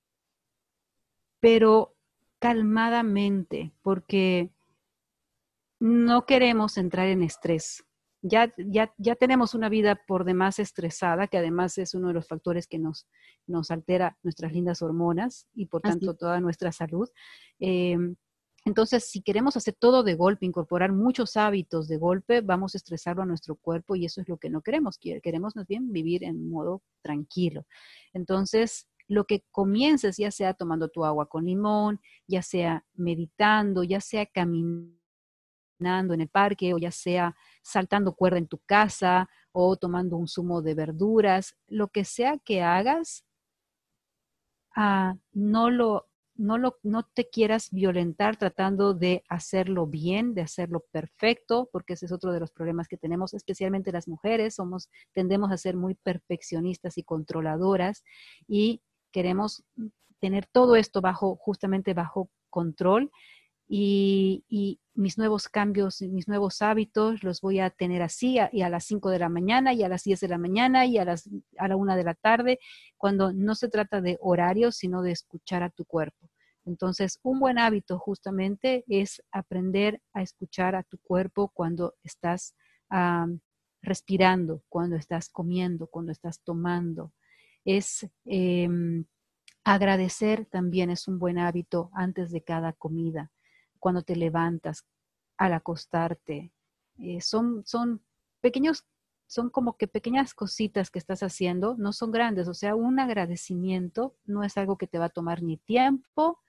pero calmadamente, porque no queremos entrar en estrés. Ya tenemos una vida por demás estresada, que además es uno de los factores que nos altera nuestras lindas hormonas y por Así. tanto toda nuestra salud. Eh, entonces, si queremos hacer todo de golpe, incorporar muchos hábitos de golpe, vamos a estresarlo a nuestro cuerpo y eso es lo que no queremos. Queremos más bien vivir en modo tranquilo. Entonces, lo que comiences, ya sea tomando tu agua con limón, ya sea meditando, ya sea caminando en el parque o ya sea saltando cuerda en tu casa o tomando un zumo de verduras, lo que sea que hagas, ah, no te quieras violentar tratando de hacerlo bien, de hacerlo perfecto, porque ese es otro de los problemas que tenemos, especialmente las mujeres, tendemos a ser muy perfeccionistas y controladoras y queremos tener todo esto justamente bajo control y mis nuevos cambios, mis nuevos hábitos los voy a tener así y a las 5 de la mañana y a las 10 de la mañana y a la 1 de la tarde, cuando no se trata de horarios, sino de escuchar a tu cuerpo. Entonces, un buen hábito justamente es aprender a escuchar a tu cuerpo cuando estás respirando, cuando estás comiendo, cuando estás tomando. Es agradecer también es un buen hábito antes de cada comida, cuando te levantas, al acostarte. Son pequeños, son como que pequeñas cositas que estás haciendo, no son grandes, o sea, un agradecimiento no es algo que te va a tomar ni tiempo,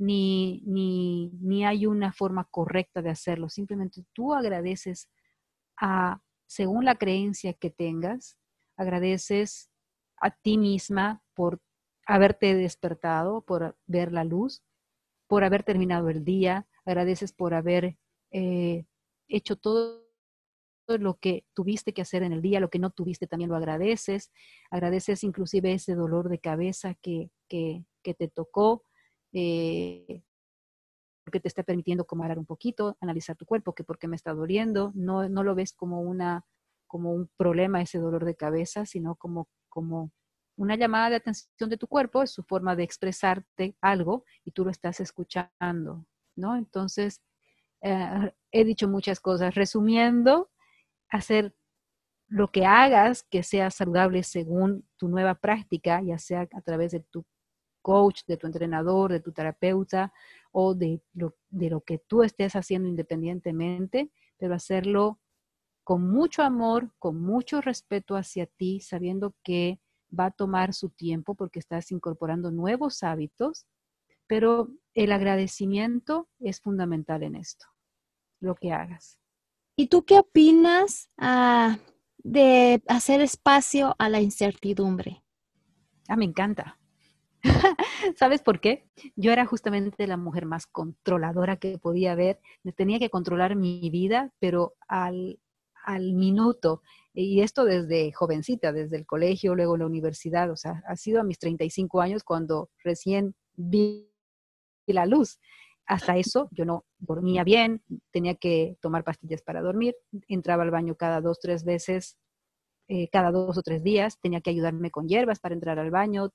ni hay una forma correcta de hacerlo, simplemente tú agradeces según la creencia que tengas, agradeces a ti misma por haberte despertado, por ver la luz, por haber terminado el día, agradeces por haber hecho todo lo que tuviste que hacer en el día, lo que no tuviste también lo agradeces, agradeces inclusive ese dolor de cabeza que te tocó, porque te está permitiendo como parar un poquito, analizar tu cuerpo, que por qué me está doliendo, no lo ves como como un problema ese dolor de cabeza, sino como una llamada de atención de tu cuerpo, es su forma de expresarte algo y tú lo estás escuchando, ¿no? Entonces, he dicho muchas cosas. Resumiendo, hacer lo que hagas que sea saludable según tu nueva práctica, ya sea a través de tu coach, de tu entrenador, de tu terapeuta o de lo que tú estés haciendo independientemente, pero hacerlo con mucho amor, con mucho respeto hacia ti, sabiendo que va a tomar su tiempo porque estás incorporando nuevos hábitos, pero el agradecimiento es fundamental en esto, lo que hagas. ¿Y tú qué opinas de hacer espacio a la incertidumbre? Me encanta. ¿Sabes por qué? Yo era justamente la mujer más controladora que podía haber. Me tenía que controlar mi vida, pero al minuto. Y esto desde jovencita, desde el colegio, luego la universidad. O sea, ha sido a mis 35 años cuando recién vi la luz. Hasta eso yo no dormía bien, tenía que tomar pastillas para dormir, entraba al baño cada 2, 3 veces, cada 2 o 3 días, tenía que ayudarme con hierbas para entrar al baño,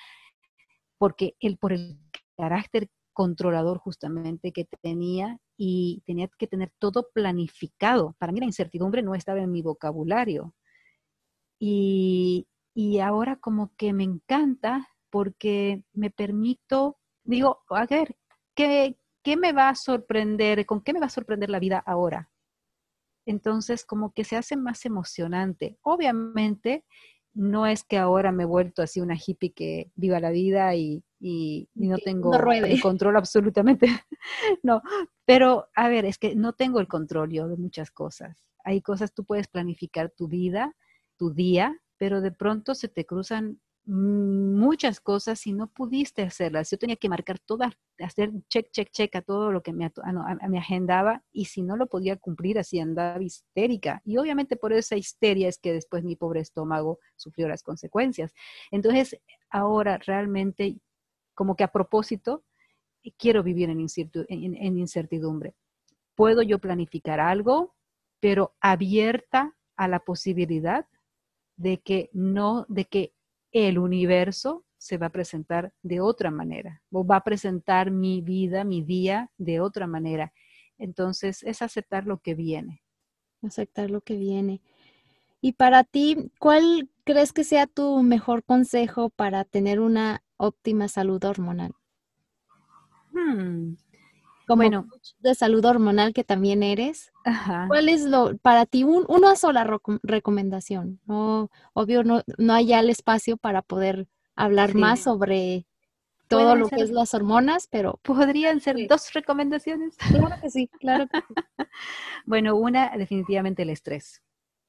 por el carácter controlador justamente que tenía y tenía que tener todo planificado. Para mí la incertidumbre no estaba en mi vocabulario. y ahora como que me encanta porque me permito, digo, a ver, ¿qué me va a sorprender? ¿Con qué me va a sorprender la vida ahora? Entonces, como que se hace más emocionante. Obviamente, no es que ahora me he vuelto así una hippie que viva la vida y no Que no tengo el ruede. control absolutamente. No, pero a ver, es que no tengo el control yo de muchas cosas. Hay cosas, tú puedes planificar tu vida, tu día, pero de pronto se te cruzan muchas cosas y no pudiste hacerlas. Yo tenía que marcar todas, hacer check, check, check a todo lo que me agendaba y si no lo podía cumplir, así andaba histérica. Y obviamente por esa histeria es que después mi pobre estómago sufrió las consecuencias. Entonces, ahora realmente, como que a propósito, quiero vivir en incertidumbre. Puedo yo planificar algo, pero abierta a la posibilidad de que el universo se va a presentar de otra manera, o va a presentar mi vida, mi día de otra manera. Entonces, es aceptar lo que viene. Aceptar lo que viene. Y para ti, ¿cuál crees que sea tu mejor consejo para tener una óptima salud hormonal? Hmm, Como Bueno, coach de salud hormonal que también eres, ajá, ¿cuál es para ti una sola recomendación? No, obvio, no hay ya el espacio para poder hablar más sí. sobre todo Pueden lo que ser, es las hormonas, pero podrían ser pues, dos recomendaciones. claro que sí, claro que sí. Bueno, una, definitivamente el estrés.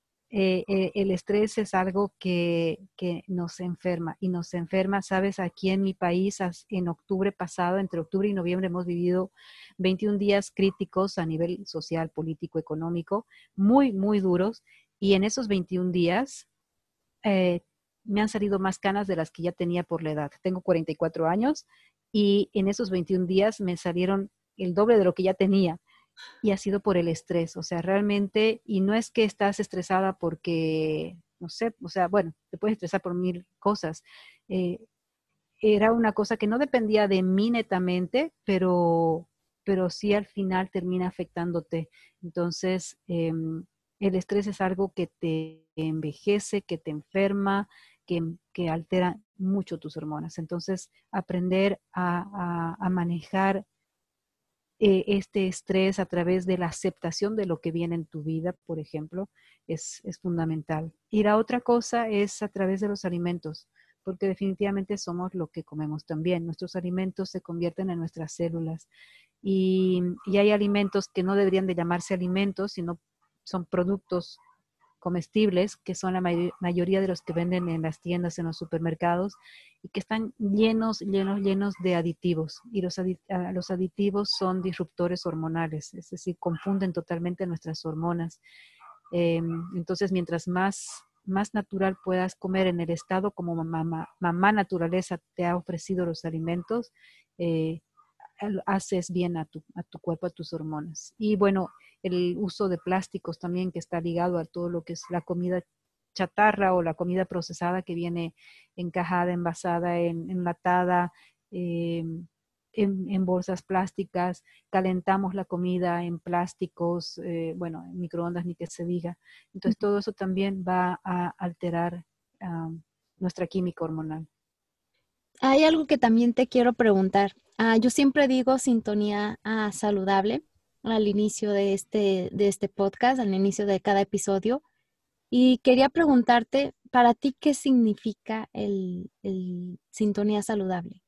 El estrés es algo que nos enferma y nos enferma, sabes, aquí en mi país en octubre pasado, entre octubre y noviembre hemos vivido 21 días críticos a nivel social, político, económico, muy, muy duros y en esos 21 días eh, me han salido más canas de las que ya tenía por la edad. Tengo 44 años y en esos 21 días me salieron el doble de lo que ya tenía y ha sido por el estrés, o sea, realmente, y no es que estás estresada porque, no sé, o sea, bueno, te puedes estresar por mil cosas. Eh, Era una cosa que no dependía de mí netamente, pero sí al final termina afectándote. Entonces, el estrés es algo que te envejece, que te enferma, que altera mucho tus hormonas. Entonces, aprender a manejar este estrés a través de la aceptación de lo que viene en tu vida, por ejemplo, es fundamental. Y la otra cosa es a través de los alimentos, porque definitivamente somos lo que comemos también. Nuestros alimentos se convierten en nuestras células y hay alimentos que no deberían de llamarse alimentos, sino son productos comestibles, que son la mayoría de los que venden en las tiendas, en los supermercados, y que están llenos, llenos, llenos de aditivos. Y los aditivos son disruptores hormonales, es decir, confunden totalmente nuestras hormonas. Entonces, mientras más natural puedas comer en el estado como mamá naturaleza te ha ofrecido los alimentos, eh, haces bien a tu cuerpo, a tus hormonas. Y bueno, el uso de plásticos también que está ligado a todo lo que es la comida chatarra o la comida procesada que viene encajada, envasada, enlatada, eh, en bolsas plásticas, calentamos la comida en plásticos, bueno, en microondas ni que se diga. Entonces todo eso también va a alterar nuestra química hormonal. Hay algo que también te quiero preguntar. Yo siempre digo sintonía saludable al inicio de este podcast, al inicio de cada episodio. Y quería preguntarte, para ti, ¿qué significa el sintonía saludable?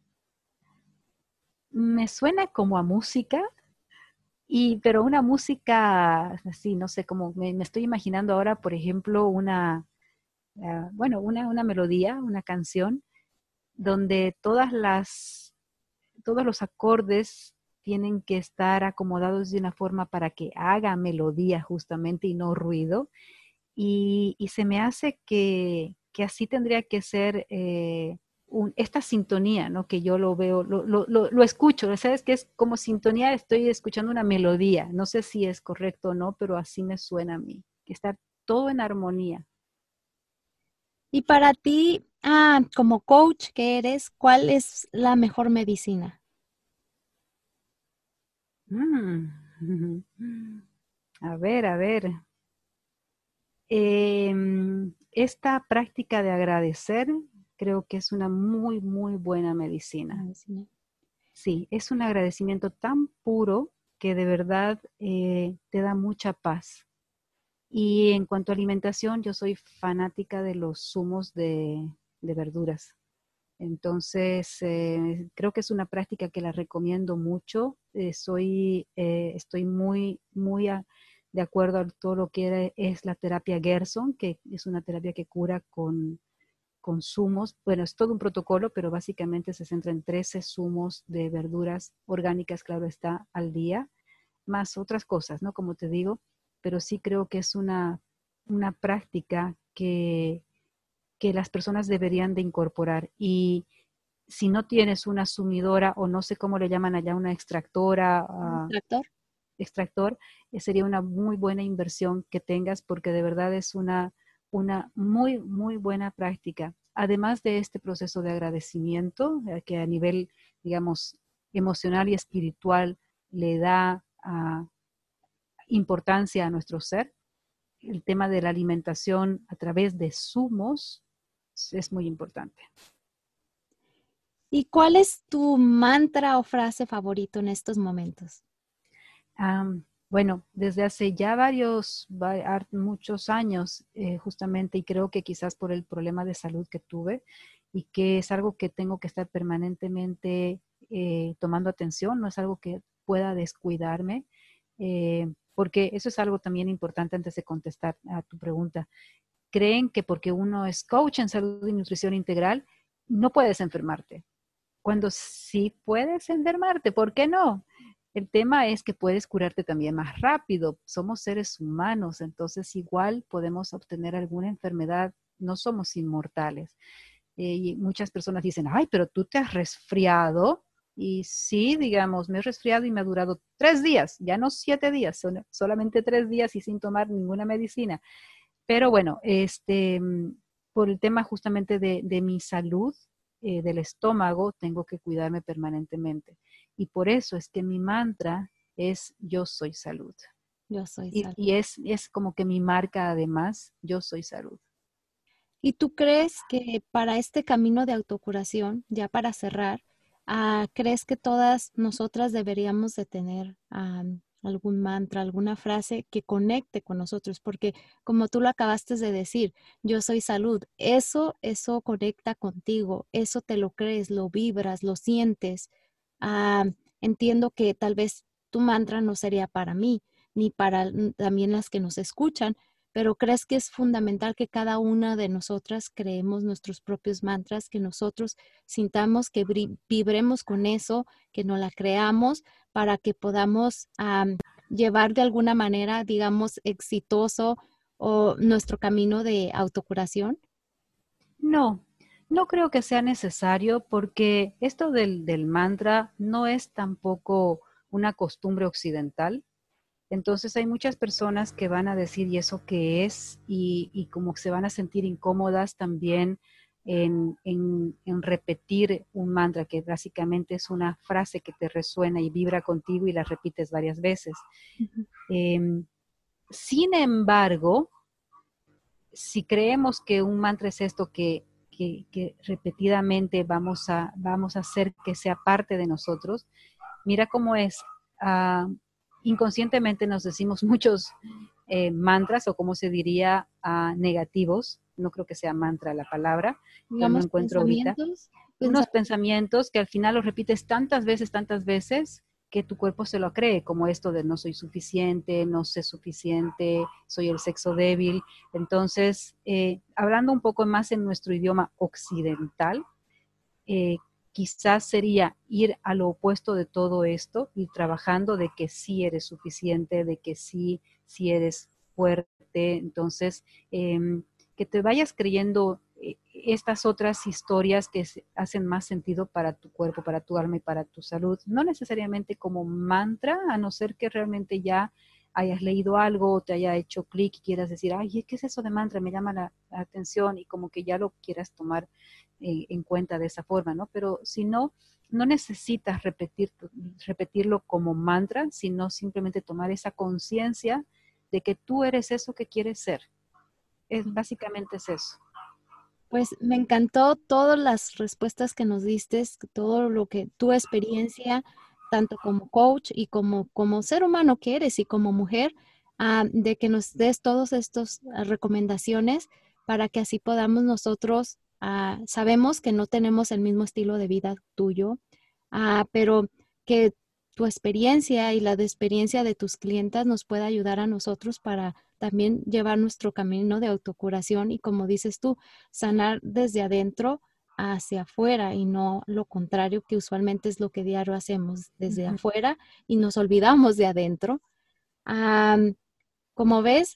Me suena como a música, pero una música así, no sé, como me estoy imaginando ahora, por ejemplo, bueno, una melodía, una canción, donde todos los acordes tienen que estar acomodados de una forma para que haga melodía justamente y no ruido. Y se me hace que así tendría que ser esta sintonía, ¿no? Que yo lo veo, lo escucho, ¿sabes? Que es como sintonía, estoy escuchando una melodía. No sé si es correcto o no, pero así me suena a mí, que está todo en armonía. Y para ti, como coach que eres, ¿cuál es la mejor medicina? Mm. A ver, a ver. esta práctica de agradecer creo que es una muy, muy buena medicina. Sí, es un agradecimiento tan puro que de verdad te da mucha paz. Y en cuanto a alimentación, yo soy fanática de los zumos de verduras. Entonces, creo que es una práctica que la recomiendo mucho. Estoy muy, muy de acuerdo a todo lo que es la terapia Gerson, que es una terapia que cura con zumos. Bueno, es todo un protocolo, pero básicamente se centra en 13 zumos de verduras orgánicas, claro está, al día, más otras cosas, ¿no? Como te digo, pero sí creo que es una práctica que las personas deberían de incorporar. Y si no tienes una sumidora o no sé cómo le llaman allá, una extractora, ¿Extractor? extractor, sería una muy buena inversión que tengas porque de verdad es una muy, muy buena práctica. Además de este proceso de agradecimiento, que a nivel, digamos, emocional y espiritual le da importancia a nuestro ser, el tema de la alimentación a través de zumos es muy importante. ¿Y cuál es tu mantra o frase favorito en estos momentos? Bueno, desde hace ya muchos años, justamente, y creo que quizás por el problema de salud que tuve, y que es algo que tengo que estar permanentemente tomando atención, no es algo que pueda descuidarme, porque eso es algo también importante antes de contestar a tu pregunta. Creen que porque uno es coach en salud y nutrición integral, no puedes enfermarte. Cuando sí puedes enfermarte, ¿por qué no? El tema es que puedes curarte también más rápido. Somos seres humanos, entonces igual podemos obtener alguna enfermedad. No somos inmortales. Y muchas personas dicen, ay, pero tú te has resfriado. Y sí, digamos, me he resfriado y me ha durado 3 días, ya no 7 días, solamente 3 días y sin tomar ninguna medicina. Pero bueno, por el tema justamente de mi salud, del estómago, tengo que cuidarme permanentemente. Y por eso es que mi mantra es yo soy salud. Yo soy Y, salud. y es como que mi marca además, yo soy salud. ¿Y tú crees que para este camino de autocuración, ya para cerrar, crees que todas nosotras deberíamos de tener algún mantra, alguna frase que conecte con nosotros? Porque como tú lo acabaste de decir, yo soy salud, eso conecta contigo, eso te lo crees, lo vibras, lo sientes. Ah, entiendo que tal vez tu mantra no sería para mí, ni para también las que nos escuchan, pero ¿crees que es fundamental que cada una de nosotras creemos nuestros propios mantras, que nosotros sintamos, que vibremos con eso, que nos la creamos para que podamos llevar de alguna manera, digamos, exitoso o nuestro camino de autocuración? No, no creo que sea necesario porque esto del mantra no es tampoco una costumbre occidental. Entonces hay muchas personas que van a decir, ¿y eso qué es? Y como se van a sentir incómodas también en repetir un mantra, que básicamente es una frase que te resuena y vibra contigo y la repites varias veces. Ujú. Sin embargo, si creemos que un mantra es esto que repetidamente vamos a hacer que sea parte de nosotros, mira cómo es. ah, Inconscientemente nos decimos muchos mantras o como se diría negativos, no creo que sea mantra la palabra, pero no Digamos, encuentro ahorita, pensamientos, unos pensamientos. pensamientos que al final los repites tantas veces que tu cuerpo se lo cree, como esto de no soy suficiente, no sé suficiente, soy el sexo débil. Entonces, hablando un poco más en nuestro idioma occidental, eh, quizás sería ir a lo opuesto de todo esto y trabajando de que sí eres suficiente, de que sí eres fuerte. Entonces, que te vayas creyendo estas otras historias que hacen más sentido para tu cuerpo, para tu alma y para tu salud. No necesariamente como mantra, a no ser que realmente ya hayas leído algo o te haya hecho clic y quieras decir, ay, ¿qué es eso de mantra? Me llama la atención y como que ya lo quieras tomar en cuenta de esa forma, ¿no? Pero si no, no necesitas repetirlo como mantra, sino simplemente tomar esa conciencia de que tú eres eso que quieres ser. Básicamente es eso. Pues me encantó todas las respuestas que nos diste, todo lo que tu experiencia, tanto como coach y como ser humano que eres y como mujer, de que nos des todas estas recomendaciones para que así podamos nosotros, sabemos que no tenemos el mismo estilo de vida tuyo, pero que tu experiencia y la de experiencia de tus clientas nos pueda ayudar a nosotros para también llevar nuestro camino de autocuración y como dices tú, sanar desde adentro hacia afuera y no lo contrario que usualmente es lo que diario hacemos desde afuera y nos olvidamos de adentro. Como ves,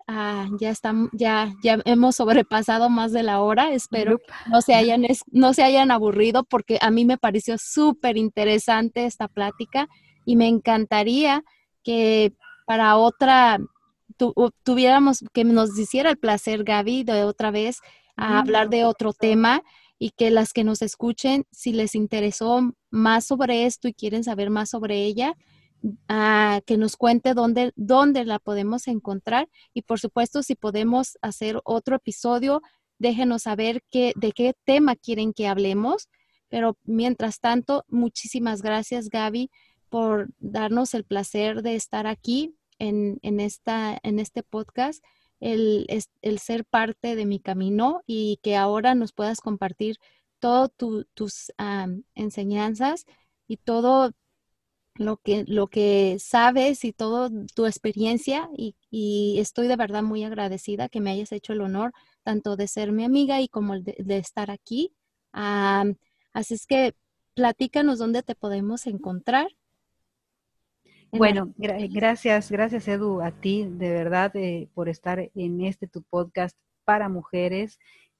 ya hemos sobrepasado más de la hora. Espero Yup. que no se hayan aburrido porque a mí me pareció súper interesante esta plática y me encantaría que para otra tuviéramos, que nos hiciera el placer, Gaby, de otra vez a hablar de otro tema y que las que nos escuchen, si les interesó más sobre esto y quieren saber más sobre ella, que nos cuente dónde la podemos encontrar y por supuesto si podemos hacer otro episodio, déjenos saber de qué tema quieren que hablemos, pero mientras tanto, muchísimas gracias Gaby por darnos el placer de estar aquí en este podcast, el ser parte de mi camino y que ahora nos puedas compartir todas tus enseñanzas y todo lo que sabes y toda tu experiencia y estoy de verdad muy agradecida que me hayas hecho el honor tanto de ser mi amiga y como el de estar aquí. Am, Así es que platícanos dónde te podemos encontrar. Bueno, gracias Edu a ti de verdad por estar en tu podcast para mujeres.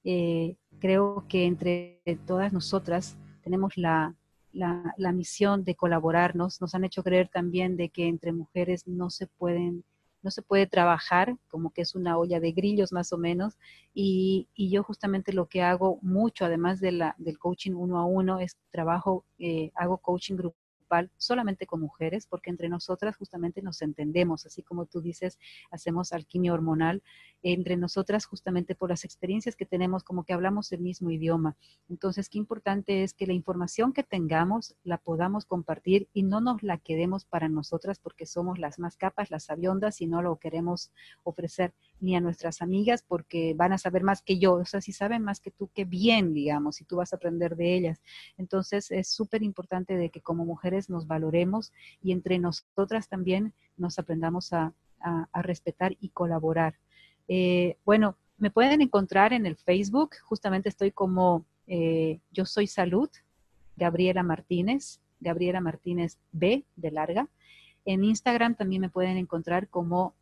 Creo que entre todas nosotras tenemos la misión de colaborarnos. Nos han hecho creer también de que entre mujeres no se puede trabajar, como que es una olla de grillos más o menos. Y yo justamente lo que hago mucho, además del coaching uno a uno, es hago coaching grupal solamente con mujeres, porque entre nosotras justamente nos entendemos, así como tú dices, hacemos alquimia hormonal, entre nosotras justamente por las experiencias que tenemos, como que hablamos el mismo idioma. Entonces, qué importante es que la información que tengamos la podamos compartir y no nos la quedemos para nosotras porque somos las más capas, las sabiondas y no lo queremos ofrecer ni a nuestras amigas porque van a saber más que yo, o sea, si saben más que tú, qué bien, digamos, y tú vas a aprender de ellas. Entonces, es súper importante de que como mujeres nos valoremos y entre nosotras también nos aprendamos a respetar y colaborar. Bueno, me pueden encontrar en el Facebook, justamente estoy como Yo Soy Salud, Gabriela Martínez B de larga. En Instagram también me pueden encontrar como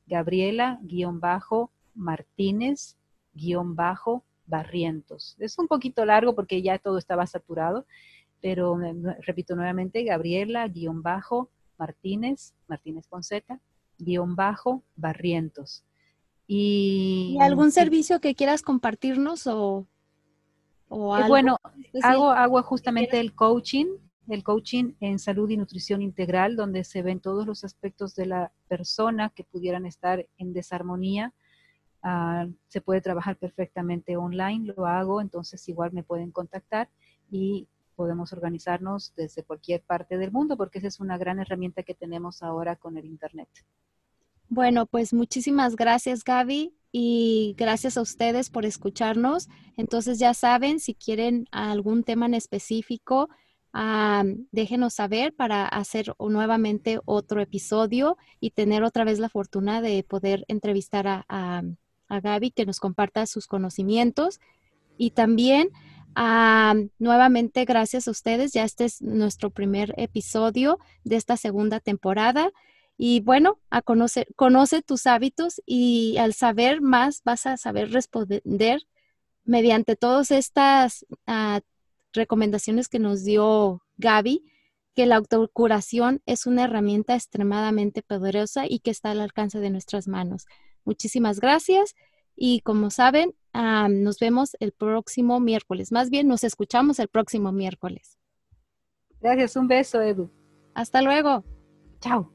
Gabriela-Martínez-Barrientos. Es un poquito largo porque ya todo estaba saturado, pero repito nuevamente, Gabriela-Martínez, Martínez con Z, _Barrientos. ¿Y algún servicio que quieras compartirnos o algo bueno, especial hago que justamente quieras? el coaching en salud y nutrición integral, donde se ven todos los aspectos de la persona que pudieran estar en desarmonía. Se puede trabajar perfectamente online, lo hago, entonces igual me pueden contactar y podemos organizarnos desde cualquier parte del mundo, porque esa es una gran herramienta que tenemos ahora con el Internet. Bueno, pues muchísimas gracias, Gaby, y gracias a ustedes por escucharnos. Entonces ya saben, si quieren algún tema en específico, déjenos saber para hacer nuevamente otro episodio y tener otra vez la fortuna de poder entrevistar a Gaby que nos comparta sus conocimientos. Y también, nuevamente, gracias a ustedes. Ya este es nuestro primer episodio de esta segunda temporada. Y bueno, conoce tus hábitos y al saber más vas a saber responder mediante todas estas recomendaciones que nos dio Gaby, que la autocuración es una herramienta extremadamente poderosa y que está al alcance de nuestras manos. Muchísimas gracias y como saben, nos vemos el próximo miércoles. Más bien, nos escuchamos el próximo miércoles. Gracias, un beso, Edu. Hasta luego. Chao.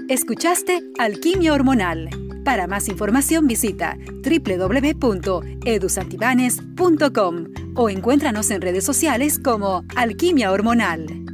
Escuchaste Alquimia Hormonal. Para más información visita www.edusantibanes.com o encuéntranos en redes sociales como Alquimia Hormonal.